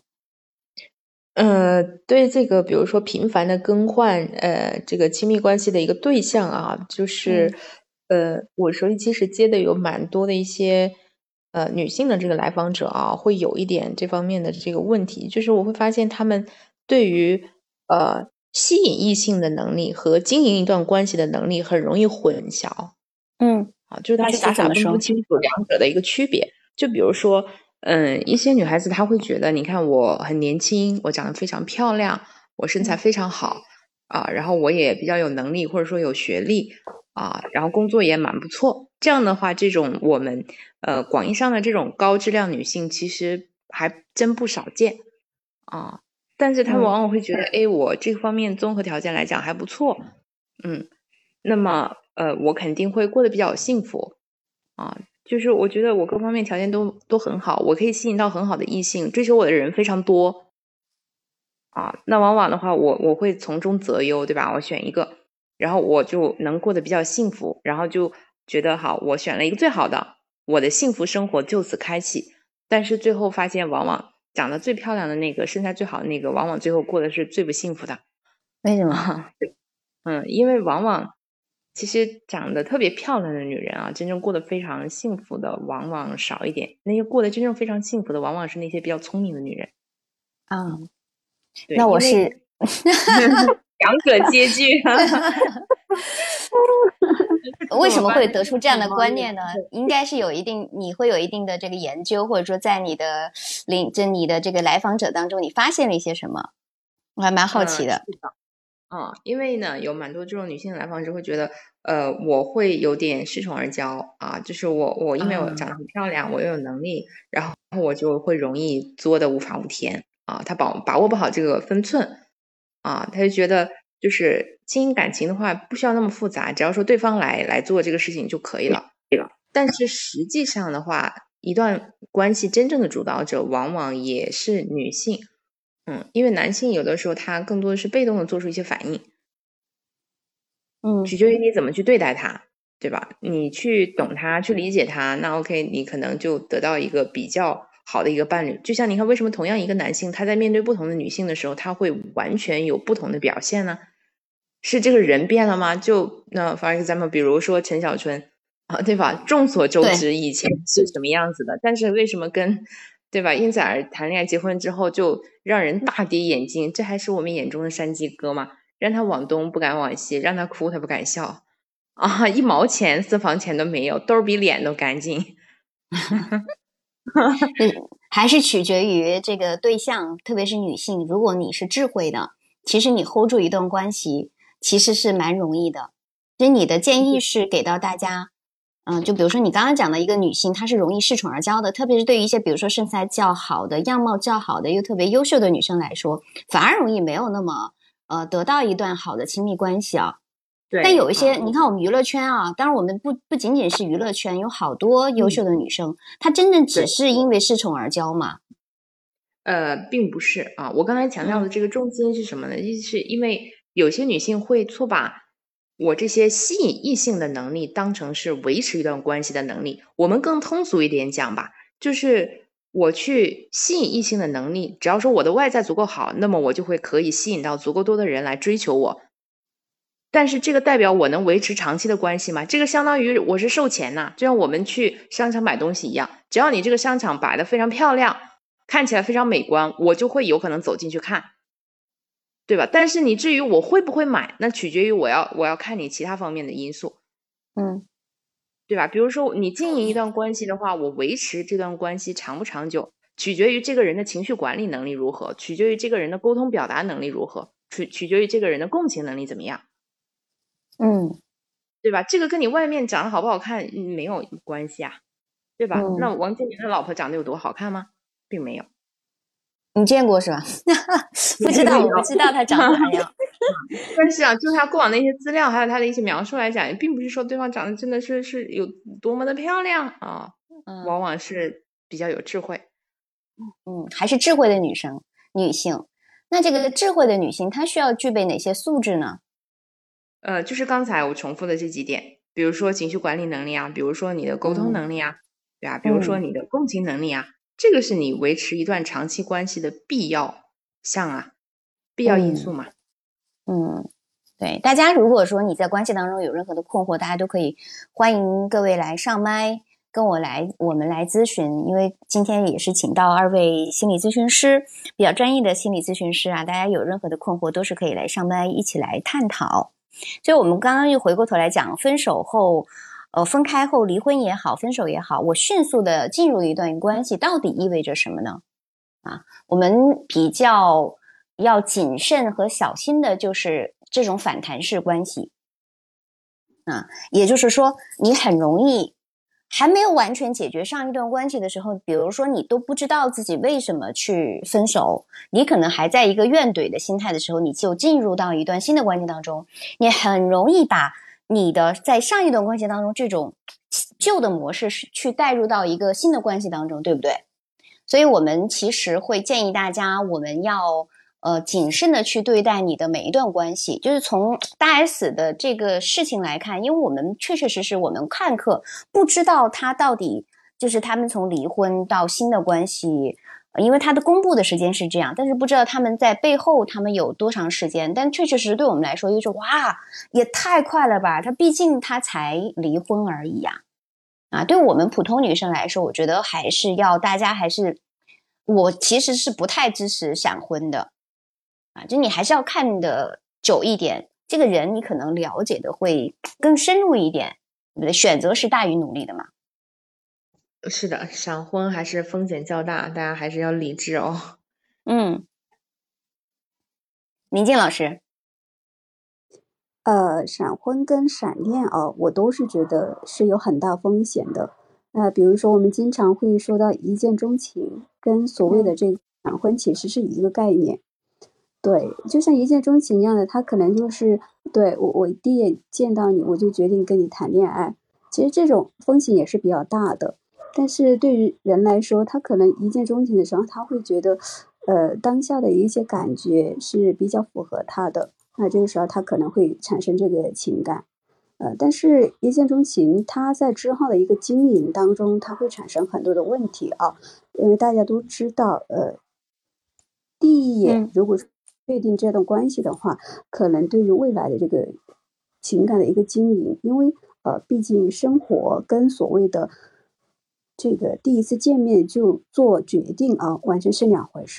[SPEAKER 3] 对这个，比如说频繁的更换这个亲密关系的一个对象啊，就是我手里其实接的有蛮多的一些女性的这个来访者啊，会有一点这方面的这个问题，就是我会发现他们对于吸引异性的能力和经营一段关系的能力很容易混淆。就是他傻傻分不清楚两者的一个区别。就比如说一些女孩子她会觉得，你看我很年轻，我长得非常漂亮，我身材非常好然后我也比较有能力，或者说有学历然后工作也蛮不错，这样的话，这种我们广义上的这种高质量女性其实还真不少见但是她们往往会觉得我这方面综合条件来讲还不错那么我肯定会过得比较幸福就是我觉得我各方面条件都很好，我可以吸引到很好的异性，追求我的人非常多那往往的话我会从中择优，对吧？我选一个，然后我就能过得比较幸福，然后就觉得好，我选了一个最好的，我的幸福生活就此开启。但是最后发现，往往长得最漂亮的那个，身材最好的那个，往往最后过的是最不幸福的。
[SPEAKER 1] 为什么？
[SPEAKER 3] 因为往往其实长得特别漂亮的女人真正过得非常幸福的往往少一点，那些过得真正非常幸福的往往是那些比较聪明的女人
[SPEAKER 1] 那我是
[SPEAKER 3] 两者皆具
[SPEAKER 1] 为什么会得出这样的观念呢？应该是你会有一定的这个研究，或者说在你的这个来访者当中，你发现了一些什么？我还蛮好奇的。
[SPEAKER 3] 因为呢，有蛮多这种女性来访者会觉得，我会有点恃宠而骄就是我因为我长得很漂亮，我又有能力，然后我就会容易作的无法无天他把握不好这个分寸他就觉得就是经营感情的话不需要那么复杂，只要说对方来做这个事情就可以了。但是实际上的话，一段关系真正的主导者往往也是女性。因为男性有的时候他更多的是被动的做出一些反应，取决于你怎么去对待他，对吧？你去懂他，去理解他，那 OK， 你可能就得到一个比较好的一个伴侣。就像你看，为什么同样一个男性，他在面对不同的女性的时候，他会完全有不同的表现呢？是这个人变了吗？那 for example， 比如说陈小春对吧？众所周知以前是什么样子的，但是为什么跟对吧应采儿谈恋爱结婚之后就让人大跌眼镜？这还是我们眼中的山鸡哥吗？ 让他往东不敢往西，让他哭他不敢笑啊，1毛钱私房钱都没有，兜比脸都干净。
[SPEAKER 1] 还是取决于这个对象，特别是女性。如果你是智慧的，其实你 hold 住一段关系其实是蛮容易的。所以你的建议是给到大家，就比如说你刚刚讲的一个女性，她是容易恃宠而骄的，特别是对于一些比如说身材较好的、样貌较好的又特别优秀的女生来说，反而容易没有那么得到一段好的亲密关系啊。但有一些，你看我们娱乐圈啊，当然我们不仅仅是娱乐圈，有好多优秀的女生，她真正只是因为恃宠而骄嘛？
[SPEAKER 3] 并不是啊。我刚才强调的这个重心是什么呢？就是因为有些女性会错把我这些吸引异性的能力当成是维持一段关系的能力。我们更通俗一点讲吧，就是我去吸引异性的能力，只要说我的外在足够好，那么我就会可以吸引到足够多的人来追求我。但是这个代表我能维持长期的关系吗？这个相当于我是售钱呐，就像我们去商场买东西一样，只要你这个商场摆得非常漂亮，看起来非常美观，我就会有可能走进去看，对吧？但是你至于我会不会买，那取决于我要看你其他方面的因素，对吧？比如说你经营一段关系的话，我维持这段关系长不长久，取决于这个人的情绪管理能力如何，取决于这个人的沟通表达能力如何，取决于这个人的共情能力怎么样。对吧？这个跟你外面长得好不好看没有关系啊，对吧？那王健林的老婆长得有多好看吗？并没有。
[SPEAKER 1] 你见过是吧？不知道，我不知道他长啥样。
[SPEAKER 3] 但是啊，就他过往的一些资料，还有他的一些描述来讲，也并不是说对方长得真的是有多么的漂亮啊，往往是比较有智慧。
[SPEAKER 1] 还是智慧的女性。那这个智慧的女性，她需要具备哪些素质呢？
[SPEAKER 3] 就是刚才我重复的这几点，比如说情绪管理能力啊，比如说你的沟通能力啊，对啊，比如说你的共情能力啊，这个是你维持一段长期关系的必要项啊，必要因素嘛。
[SPEAKER 1] 对，大家如果说你在关系当中有任何的困惑，大家都可以欢迎各位来上麦跟我们来咨询，因为今天也是请到2位心理咨询师，比较专业的心理咨询师啊，大家有任何的困惑都是可以来上麦一起来探讨。所以我们刚刚又回过头来讲，分手后分开后离婚也好，分手也好，我迅速的进入一段关系到底意味着什么呢？我们比较要谨慎和小心的就是这种反弹式关系也就是说你很容易还没有完全解决上一段关系的时候，比如说你都不知道自己为什么去分手，你可能还在一个怨怼的心态的时候，你就进入到一段新的关系当中，你很容易把你的在上一段关系当中这种旧的模式去带入到一个新的关系当中，对不对？所以我们其实会建议大家，我们要谨慎的去对待你的每一段关系。就是从大 S 的这个事情来看，因为我们确确实实我们看客不知道他到底就是他们从离婚到新的关系，因为他的公布的时间是这样，但是不知道他们在背后他们有多长时间。但确确实实对我们来说就是哇，也太快了吧，他毕竟他才离婚而已呀。对我们普通女生来说，我觉得还是要大家我其实是不太支持闪婚的就你还是要看的久一点，这个人你可能了解的会更深入一点，对不对？选择是大于努力的嘛。
[SPEAKER 3] 是的，闪婚还是风险较大，大家还是要理智哦。
[SPEAKER 1] 宁静老师。
[SPEAKER 2] 闪婚跟闪恋我都是觉得是有很大风险的。比如说我们经常会说到一见钟情，跟所谓的这个闪婚其实是一个概念。对，就像一见钟情一样的，他可能就是对我第一眼见到你，我就决定跟你谈恋爱。其实这种风险也是比较大的。但是对于人来说，他可能一见钟情的时候，他会觉得当下的一些感觉是比较符合他的，那这个时候他可能会产生这个情感。但是一见钟情，它在之后的一个经营当中，它会产生很多的问题因为大家都知道，第一眼如果确定这段关系的话，可能对于未来的这个情感的一个经营，因为毕竟生活跟所谓的这个第一次见面就做决定完全是两回事。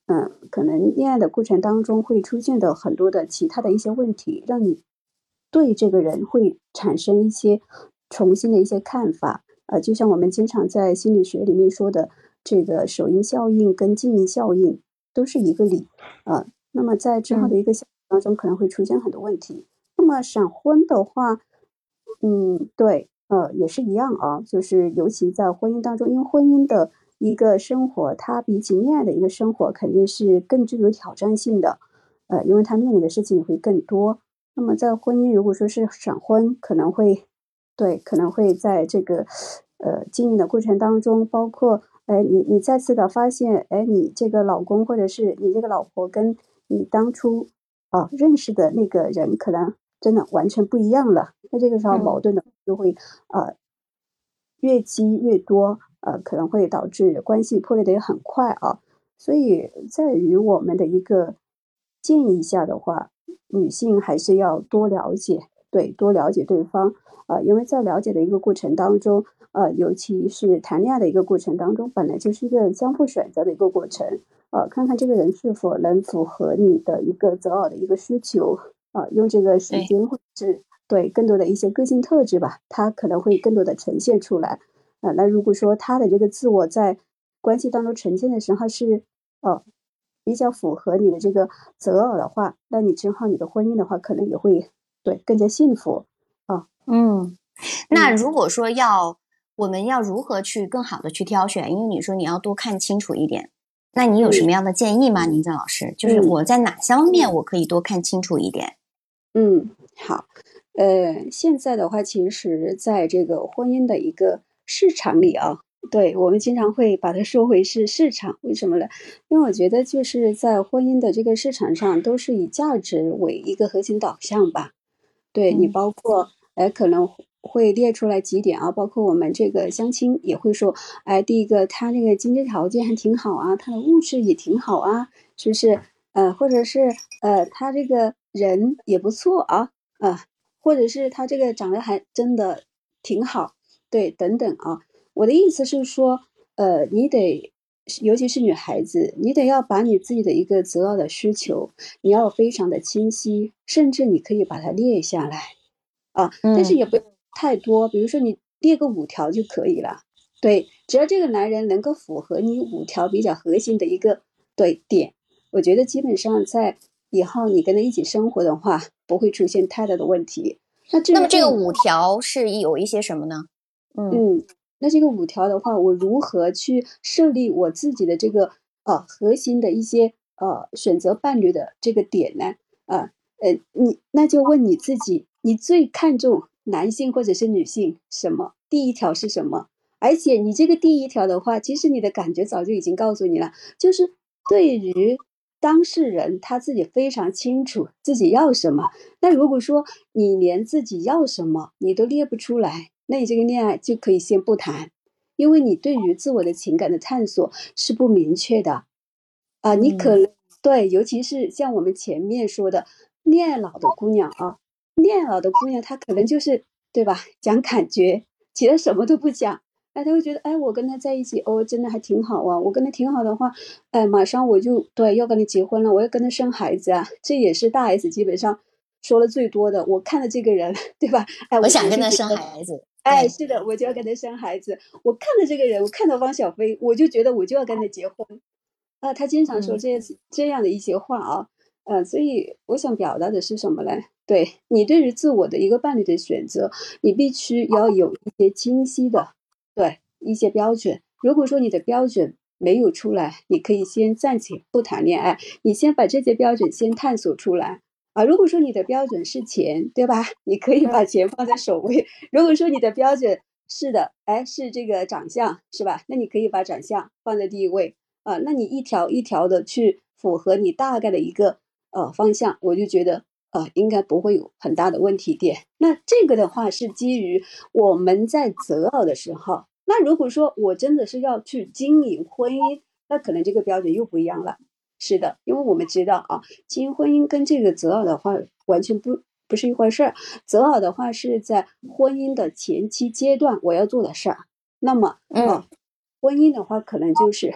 [SPEAKER 2] 可能恋爱的过程当中会出现的很多的其他的一些问题，让你对这个人会产生一些重新的一些看法。就像我们经常在心理学里面说的，这个首因效应跟近因效应都是一个理。那么在之后的一个相处当中可能会出现很多问题。那么闪婚的话，对，也是一样啊，就是尤其在婚姻当中，因为婚姻的一个生活，它比起恋爱的一个生活肯定是更具有挑战性的，因为它面临的事情也会更多。那么在婚姻如果说是闪婚，可能会在这个经营的过程当中，包括你再次的发现，你这个老公或者是你这个老婆跟你当初认识的那个人可能真的完全不一样了，那这个时候矛盾的就会越积越多，可能会导致关系破裂的也很快啊。所以在于我们的一个建议下的话，女性还是要多了解，对，多了解对方。因为在了解的一个过程当中，尤其是谈恋爱的一个过程当中，本来就是一个相互选择的一个过程。看看这个人是否能符合你的一个择偶的一个需求。用这个时间或者是对更多的一些个性特质吧，他可能会更多的呈现出来。那如果说他的这个自我在关系当中呈现的时候是比较符合你的这个择偶的话，那你之后你的婚姻的话，可能也会对更加幸福啊。
[SPEAKER 1] 那如果说我们要如何去更好的去挑选？因为你说你要多看清楚一点，那你有什么样的建议吗？宁正老师，就是我在哪方面我可以多看清楚一点？
[SPEAKER 2] 好。现在的话，其实在这个婚姻的一个市场里啊，对，我们经常会把它说回是市场，为什么呢？因为我觉得就是在婚姻的这个市场上，都是以价值为一个核心导向吧。对，你包括可能会列出来几点啊，包括我们这个相亲也会说，第一个他那个经济条件还挺好啊，他的物质也挺好啊，是不是？或者是他这个人也不错啊，或者是他这个长得还真的挺好，对，等等啊。我的意思是说，你得，尤其是女孩子，你得要把你自己的一个择偶的需求，你要非常的清晰，甚至你可以把它列下来但是也不要太多，比如说你列个5条就可以了。对，只要这个男人能够符合你5条比较核心的一个点，我觉得基本上在以后你跟他一起生活的话，不会出现太大的问题。
[SPEAKER 1] 那么这个5条是有一些什么呢？
[SPEAKER 2] 那这个5条的话，我如何去设立我自己的这个核心的一些选择伴侣的这个点呢？你那就问你自己，你最看重男性或者是女性什么？第一条是什么？而且你这个第一条的话，其实你的感觉早就已经告诉你了，就是对于当事人他自己非常清楚自己要什么。那如果说你连自己要什么你都列不出来，那你这个恋爱就可以先不谈，因为你对于自我的情感的探索是不明确的你可能对，尤其是像我们前面说的恋爱脑的姑娘恋爱脑的姑娘她可能就是对吧，讲感觉，其他什么都不讲。她会觉得我跟他在一起真的还挺好啊，我跟他挺好的话马上我就对要跟他结婚了，我要跟他生孩子啊，这也是大 S 基本上说了最多的。我看了这个人对吧，
[SPEAKER 1] 我想跟他生孩子，
[SPEAKER 2] 是的，我就要跟他生孩子。我看了这个人，我看到汪小菲，我就觉得我就要跟他结婚他经常说这样的一些话所以我想表达的是什么呢？对，你对于自我的一个伴侣的选择，你必须要有一些清晰的一些标准。如果说你的标准没有出来，你可以先暂且不谈恋爱，你先把这些标准先探索出来如果说你的标准是钱，对吧？你可以把钱放在首位。如果说你的标准是的，是这个长相，是吧？那你可以把长相放在第一位那你一条一条的去符合你大概的一个方向，我就觉得应该不会有很大的问题点。那这个的话是基于我们在择偶的时候，那如果说我真的是要去经营婚姻，那可能这个标准又不一样了。是的，因为我们知道经营婚姻跟这个择偶的话完全不是一回事儿。择偶的话是在婚姻的前期阶段我要做的事儿，那么婚姻的话可能就是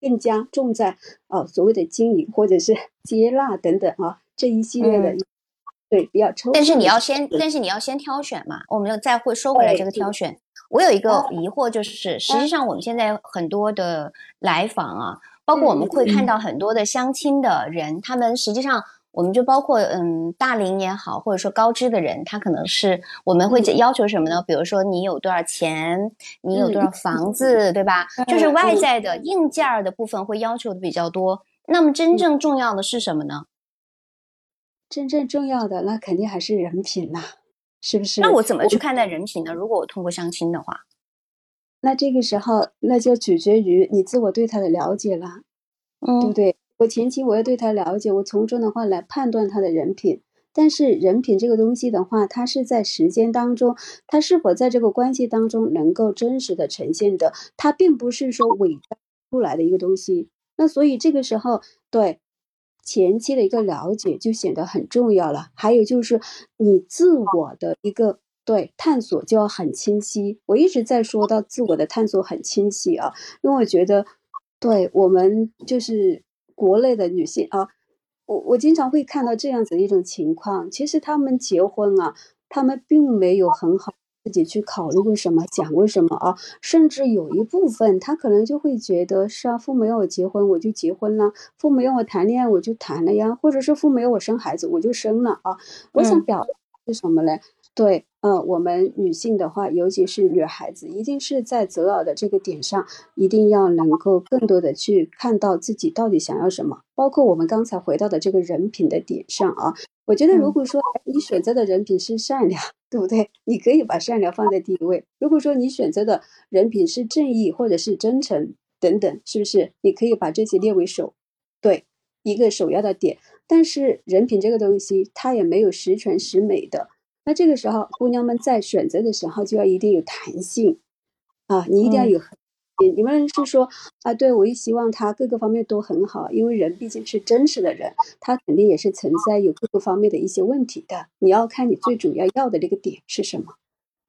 [SPEAKER 2] 更加重在所谓的经营或者是接纳等等这一系列的对比较抽象的。
[SPEAKER 1] 但是你要先挑选嘛，我们再会收回来这个挑选。我有一个疑惑，就是实际上我们现在很多的来访啊，包括我们会看到很多的相亲的人，他们实际上我们就包括大龄也好，或者说高知的人，他可能是我们会要求什么呢？比如说你有多少钱，你有多少房子，对吧？就是外在的硬件的部分会要求的比较多。那么真正重要的是什么呢？
[SPEAKER 2] 真正重要的那肯定还是人品呐，是不是？
[SPEAKER 1] 那我怎么去看待人品呢？如果我通过相亲的话，
[SPEAKER 2] 那这个时候那就取决于你自我对他的了解了，对不对？我前期我要对他了解，我从中的话来判断他的人品。但是人品这个东西的话，它是在时间当中，它是否在这个关系当中能够真实的呈现的，它并不是说伪造出来的一个东西。那所以这个时候对前期的一个了解就显得很重要了。还有就是你自我的一个对探索就要很清晰。我一直在说到自我的探索很清晰因为我觉得对我们就是国内的女性我经常会看到这样子的一种情况，其实他们结婚他们并没有很好自己去考虑为什么讲为什么甚至有一部分他可能就会觉得是父母要我结婚我就结婚了，父母要我谈恋爱我就谈了呀，或者是父母要我生孩子我就生了我想表达是什么呢？对我们女性的话，尤其是女孩子，一定是在择偶的这个点上，一定要能够更多的去看到自己到底想要什么，包括我们刚才回到的这个人品的点上我觉得如果说你选择的人品是善良，对不对？你可以把善良放在第一位。如果说你选择的人品是正义或者是真诚等等，是不是你可以把这些列为一个首要的点？但是人品这个东西它也没有十全十美的，那这个时候姑娘们在选择的时候就要一定有弹性你一定要有你们是说对，我也希望他各个方面都很好，因为人毕竟是真实的人，他肯定也是存在有各个方面的一些问题的，你要看你最主要的这个点是什么。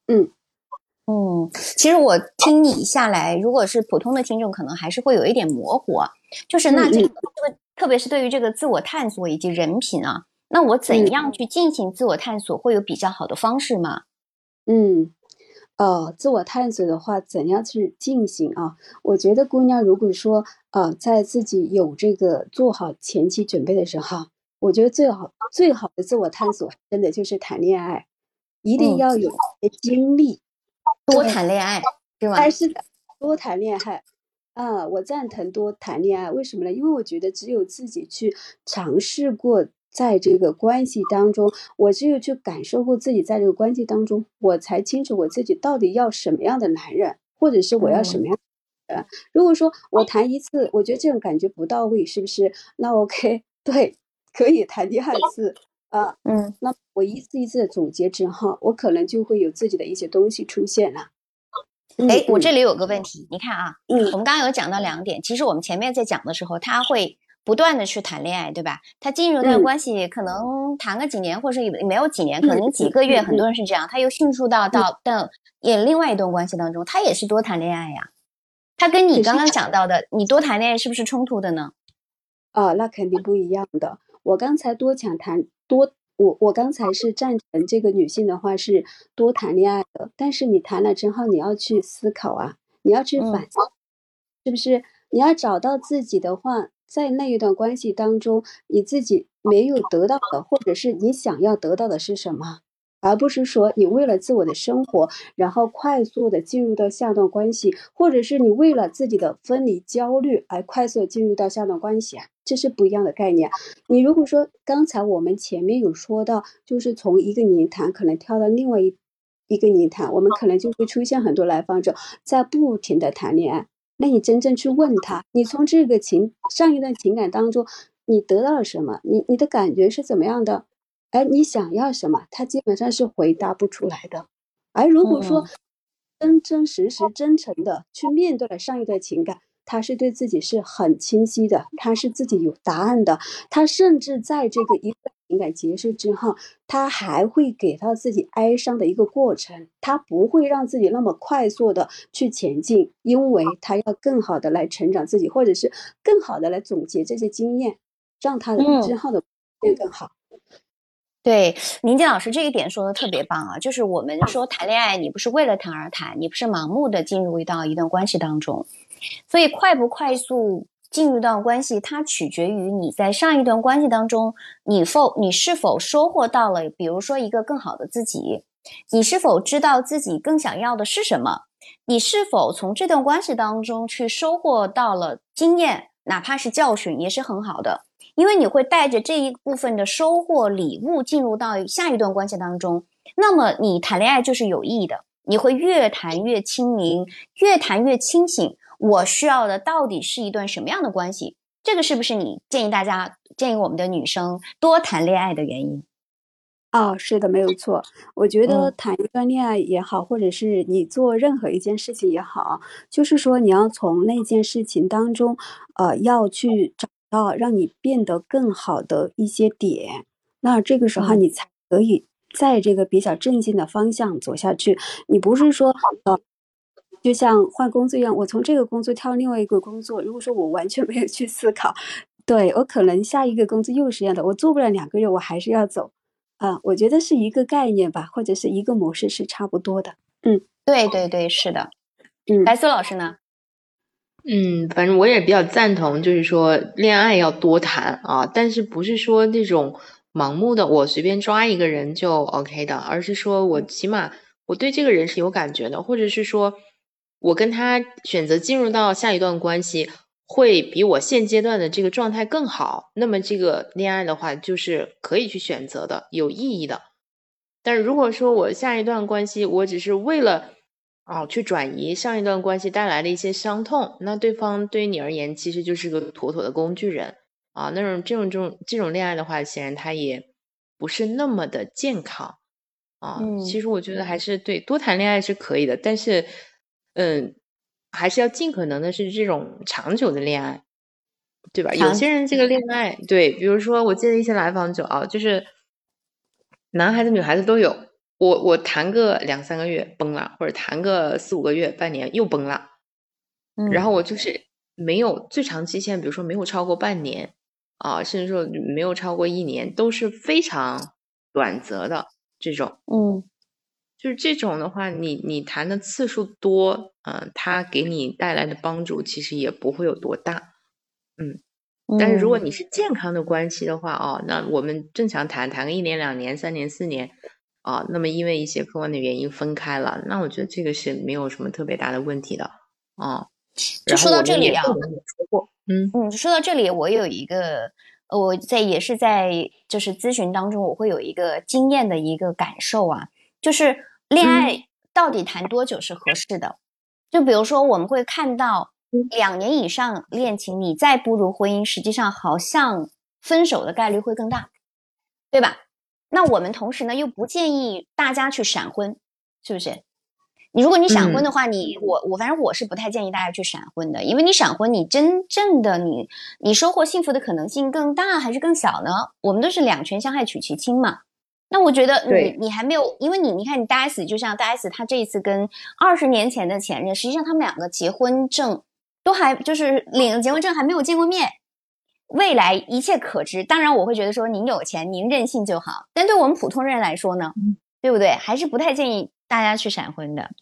[SPEAKER 1] 其实我听你下来，如果是普通的听众可能还是会有一点模糊就是那这个特别是对于这个自我探索以及人品那我怎样去进行自我探索会有比较好的方式吗？
[SPEAKER 2] 自我探索的话怎样去进行我觉得姑娘如果说在自己有这个做好前期准备的时候，我觉得最好的自我探索真的就是谈恋爱，一定要有经历
[SPEAKER 1] 多谈恋爱是吗？
[SPEAKER 2] 是的，多谈恋爱我赞成多谈恋爱。为什么呢？因为我觉得只有自己去尝试过在这个关系当中，我只有去感受过自己在这个关系当中，我才清楚我自己到底要什么样的男人，或者是我要什么样的人如果说我谈一次我觉得这种感觉不到位，是不是？那 OK， 对，可以谈第二次那我一次一次的总结之后，我可能就会有自己的一些东西出现了。
[SPEAKER 1] 我这里有个问题，你看我们刚刚有讲到2点，其实我们前面在讲的时候，他会不断的去谈恋爱，对吧？他进入这段关系可能谈个几年，或者是没有几年，可能几个月，很多人是这样，他又迅速到另外一段关系当中，他也是多谈恋爱呀。他跟你刚刚讲到的，你多谈恋爱是不是冲突的呢？
[SPEAKER 2] 那肯定不一样的。我刚才我刚才是赞成这个女性的话是多谈恋爱的，但是你谈了之后你要去思考你要去反思是不是？你要找到自己的话，在那一段关系当中你自己没有得到的，或者是你想要得到的是什么，而不是说你为了自我的生活然后快速的进入到下段关系，或者是你为了自己的分离焦虑而快速进入到下段关系这是不一样的概念。你如果说刚才我们前面有说到，就是从一个泥潭可能跳到另外一个泥潭，我们可能就会出现很多来访者在不停的谈恋爱。那你真正去问他，你从这个上一段情感当中你得到了什么，你的感觉是怎么样的，你想要什么，他基本上是回答不出来的。而如果说真真实实真诚的去面对了上一段情感，他是对自己是很清晰的，他是自己有答案的，他甚至在这个一段情感结束之后，他还会给到自己哀伤的一个过程，他不会让自己那么快速的去前进，因为他要更好的来成长自己，或者是更好的来总结这些经验，让他之后的变更好。
[SPEAKER 1] 对，宁静老师这一点说的特别棒啊！就是我们说谈恋爱，你不是为了谈而谈，你不是盲目的进入到一段关系当中，所以快不快速进入到关系，它取决于你在上一段关系当中，你是否收获到了，比如说一个更好的自己，你是否知道自己更想要的是什么，你是否从这段关系当中去收获到了经验，哪怕是教训，也是很好的。因为你会带着这一部分的收获礼物进入到下一段关系当中，那么你谈恋爱就是有意义的，你会越谈越清明，越谈越清醒，我需要的到底是一段什么样的关系，这个是不是你建议我们的女生多谈恋爱的原因？
[SPEAKER 2] 是的，没有错。我觉得谈一段恋爱也好，或者是你做任何一件事情也好，就是说你要从那件事情当中，要去找到让你变得更好的一些点，那这个时候你才可以在这个比较正经的方向走下去。你不是说就像换工作一样，我从这个工作跳另外一个工作，如果说我完全没有去思考，对，我可能下一个工作又是一样的，我做不了2个月，我还是要走。我觉得是一个概念吧，或者是一个模式是差不多的。
[SPEAKER 1] 对对对，是的。白苏老师呢？
[SPEAKER 3] 反正我也比较赞同，就是说恋爱要多谈啊，但是不是说那种盲目的我随便抓一个人就 OK 的，而是说我起码我对这个人是有感觉的，或者是说我跟他选择进入到下一段关系会比我现阶段的这个状态更好，那么这个恋爱的话就是可以去选择的，有意义的。但是如果说我下一段关系我只是为了去转移上一段关系带来的一些伤痛，那对方对于你而言其实就是个妥妥的工具人啊。那这种恋爱的话，显然它也不是那么的健康啊。其实我觉得还是对多谈恋爱是可以的，但是还是要尽可能的是这种长久的恋爱，对吧？有些人这个恋爱，对，比如说我见的一些来访者啊，就是男孩子女孩子都有。我谈个2、3个月崩了，或者谈个4、5个月半年又崩了，然后我就是没有最长期限，比如说没有超过半年甚至说没有超过1年，都是非常短则的这种。就是这种的话，你谈的次数多，它给你带来的帮助其实也不会有多大。但是如果你是健康的关系的话那我们正常谈个1年、2年、3年、4年那么因为一些客观的原因分开了，那我觉得这个是没有什么特别大的问题的
[SPEAKER 1] 就说到这里说到这里，我有一个也是在就是咨询当中，我会有一个经验的一个感受啊，就是恋爱到底谈多久是合适的？就比如说我们会看到2年以上恋情，你再步入婚姻，实际上好像分手的概率会更大，对吧？那我们同时呢又不建议大家去闪婚，是不是？如果你闪婚的话，反正我是不太建议大家去闪婚的，因为你闪婚，你真正的你收获幸福的可能性更大还是更小呢？我们都是两全相害取其轻嘛。那我觉得你还没有，因为你看你大 S， 就像大 S 她这一次跟20年前的前任，实际上他们2个结婚证都还就是领了结婚证还没有见过面，未来一切可知。当然我会觉得说您有钱您任性就好，但对我们普通人来说呢，对不对？还是不太建议大家去闪婚的。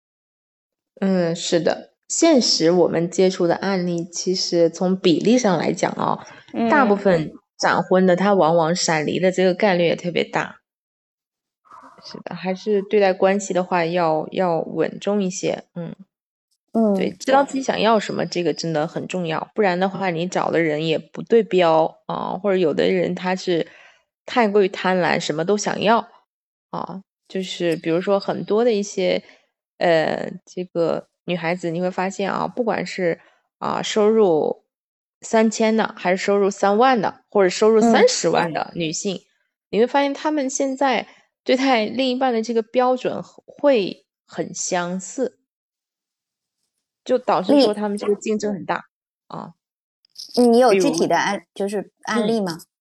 [SPEAKER 3] 是的，现实我们接触的案例，其实从比例上来讲大部分闪婚的，他往往闪离的这个概率也特别大。是的，还是对待关系的话要稳重一些。对，知道自己想要什么，这个真的很重要。不然的话，你找的人也不对标或者有的人他是太过于贪婪，什么都想要就是比如说很多的一些这个女孩子，你会发现不管是收入3000的，还是收入3万的，或者收入30万的女性，你会发现她们现在对待另一半的这个标准会很相似，就导致说他们这个竞争很大
[SPEAKER 1] 你有具体的案例吗？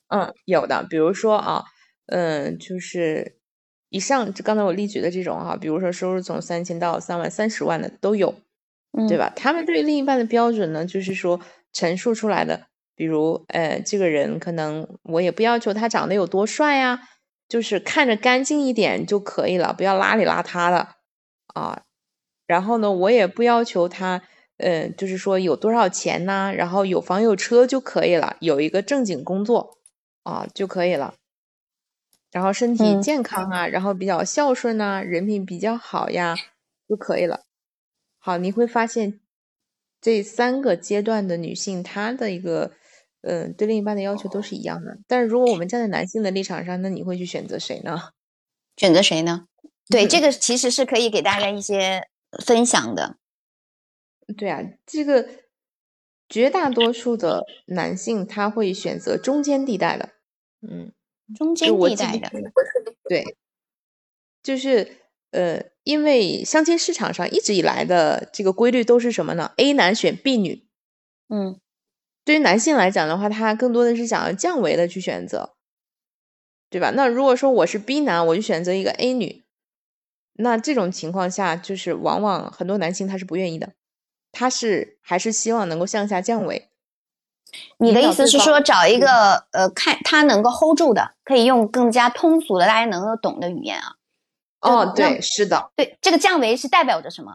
[SPEAKER 3] 有的，比如说啊，就是以上刚才我例举的这种哈，比如说收入从3000到3万、30万的都有，对吧？他们对另一半的标准呢，就是说陈述出来的，比如这个人可能我也不要求他长得有多帅呀，就是看着干净一点就可以了，不要邋里邋遢的啊。然后呢，我也不要求他，就是说有多少钱呐，然后有房有车就可以了，有一个正经工作啊就可以了。然后身体健康啊，然后比较孝顺啊，人品比较好呀，就可以了。好，你会发现这3个阶段的女性，她的一个对另一半的要求都是一样的。但是如果我们站在男性的立场上，那你会去选择谁呢？
[SPEAKER 1] 选择谁呢？对，这个其实是可以给大家一些分享的。
[SPEAKER 3] 对啊，这个绝大多数的男性他会选择中间地带的，
[SPEAKER 1] 中间地带的，
[SPEAKER 3] 对，就是因为相亲市场上一直以来的这个规律都是什么呢 ？A 男选 B 女，对于男性来讲的话，他更多的是想要降维的去选择，对吧？那如果说我是 B 男，我就选择一个 A 女，那这种情况下，就是往往很多男性他是不愿意的，他还是希望能够向下降维。
[SPEAKER 1] 你的意思是说找一个看他能够 hold 住的，可以用更加通俗的大家能够懂的语言啊？
[SPEAKER 3] 对，是的。
[SPEAKER 1] 对，这个降维是代表着什么？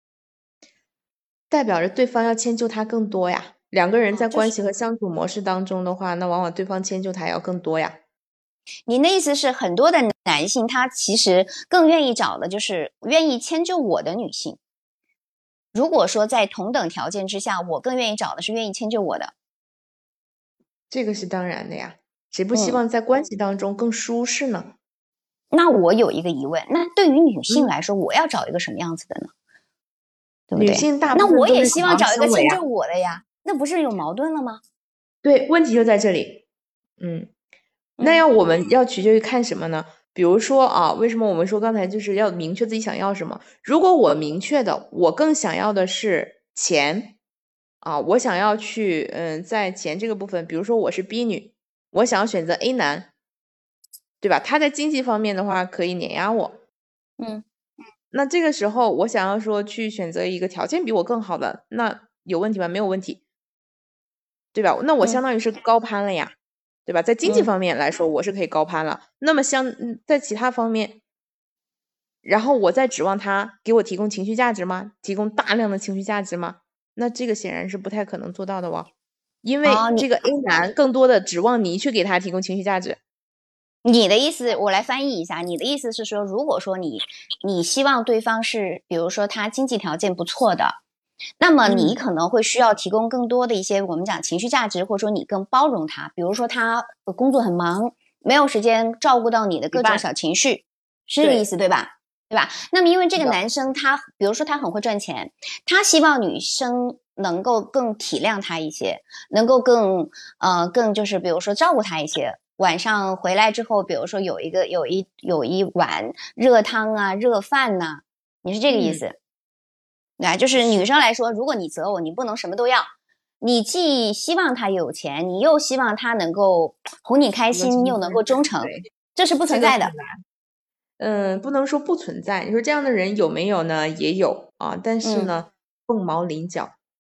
[SPEAKER 3] 代表着对方要迁就他更多呀。2个人在关系和相处模式当中的话，那往往对方迁就他要更多呀。
[SPEAKER 1] 您的意思是很多的男性他其实更愿意找的就是愿意迁就我的女性。如果说在同等条件之下，我更愿意找的是愿意迁就我的。
[SPEAKER 3] 这个是当然的呀，谁不希望在关系当中更舒适呢？
[SPEAKER 1] 那我有一个疑问，那对于女性来说，我要找一个什么样子的呢？对不对？
[SPEAKER 3] 女性大部分
[SPEAKER 1] 那我也希望找一个迁
[SPEAKER 3] 就
[SPEAKER 1] 就我的呀，那不是有矛盾了吗？
[SPEAKER 3] 对，问题就在这里。那我们要取决于看什么呢？比如说啊，为什么我们说刚才就是要明确自己想要什么？如果我明确的，我更想要的是钱啊，我想要去在钱这个部分，比如说我是 B 女，我想要选择 A 男，对吧？他在经济方面的话可以碾压我，那这个时候我想要说去选择一个条件比我更好的，那有问题吗？没有问题，对吧？那我相当于是高攀了呀。对吧？在经济方面来说，我是可以高攀了。那么在其他方面，然后我再指望他给我提供情绪价值吗？提供大量的情绪价值吗？那这个显然是不太可能做到的哦。因为这个 A 男更多的指望你去给他提供情绪价值。
[SPEAKER 1] 你的意思，我来翻译一下。你的意思是说，如果说你希望对方是，比如说他经济条件不错的，那么你可能会需要提供更多的一些我们讲情绪价值，或者说你更包容他。比如说他工作很忙，没有时间照顾到你的各种小情绪，是这个意思对吧？对吧？那么因为这个男生他，比如说他很会赚钱，他希望女生能够更体谅他一些，能够更就是比如说照顾他一些。晚上回来之后，比如说有一碗热汤啊、热饭呐，你是这个意思？对，就是女生来说，如果你择偶，你不能什么都要，你既希望他有钱，你又希望他能够哄你开心，又能够忠诚，这是不存在的。
[SPEAKER 3] 不能说不存在。你说这样的人有没有呢？也有啊，但是呢，凤毛麟角。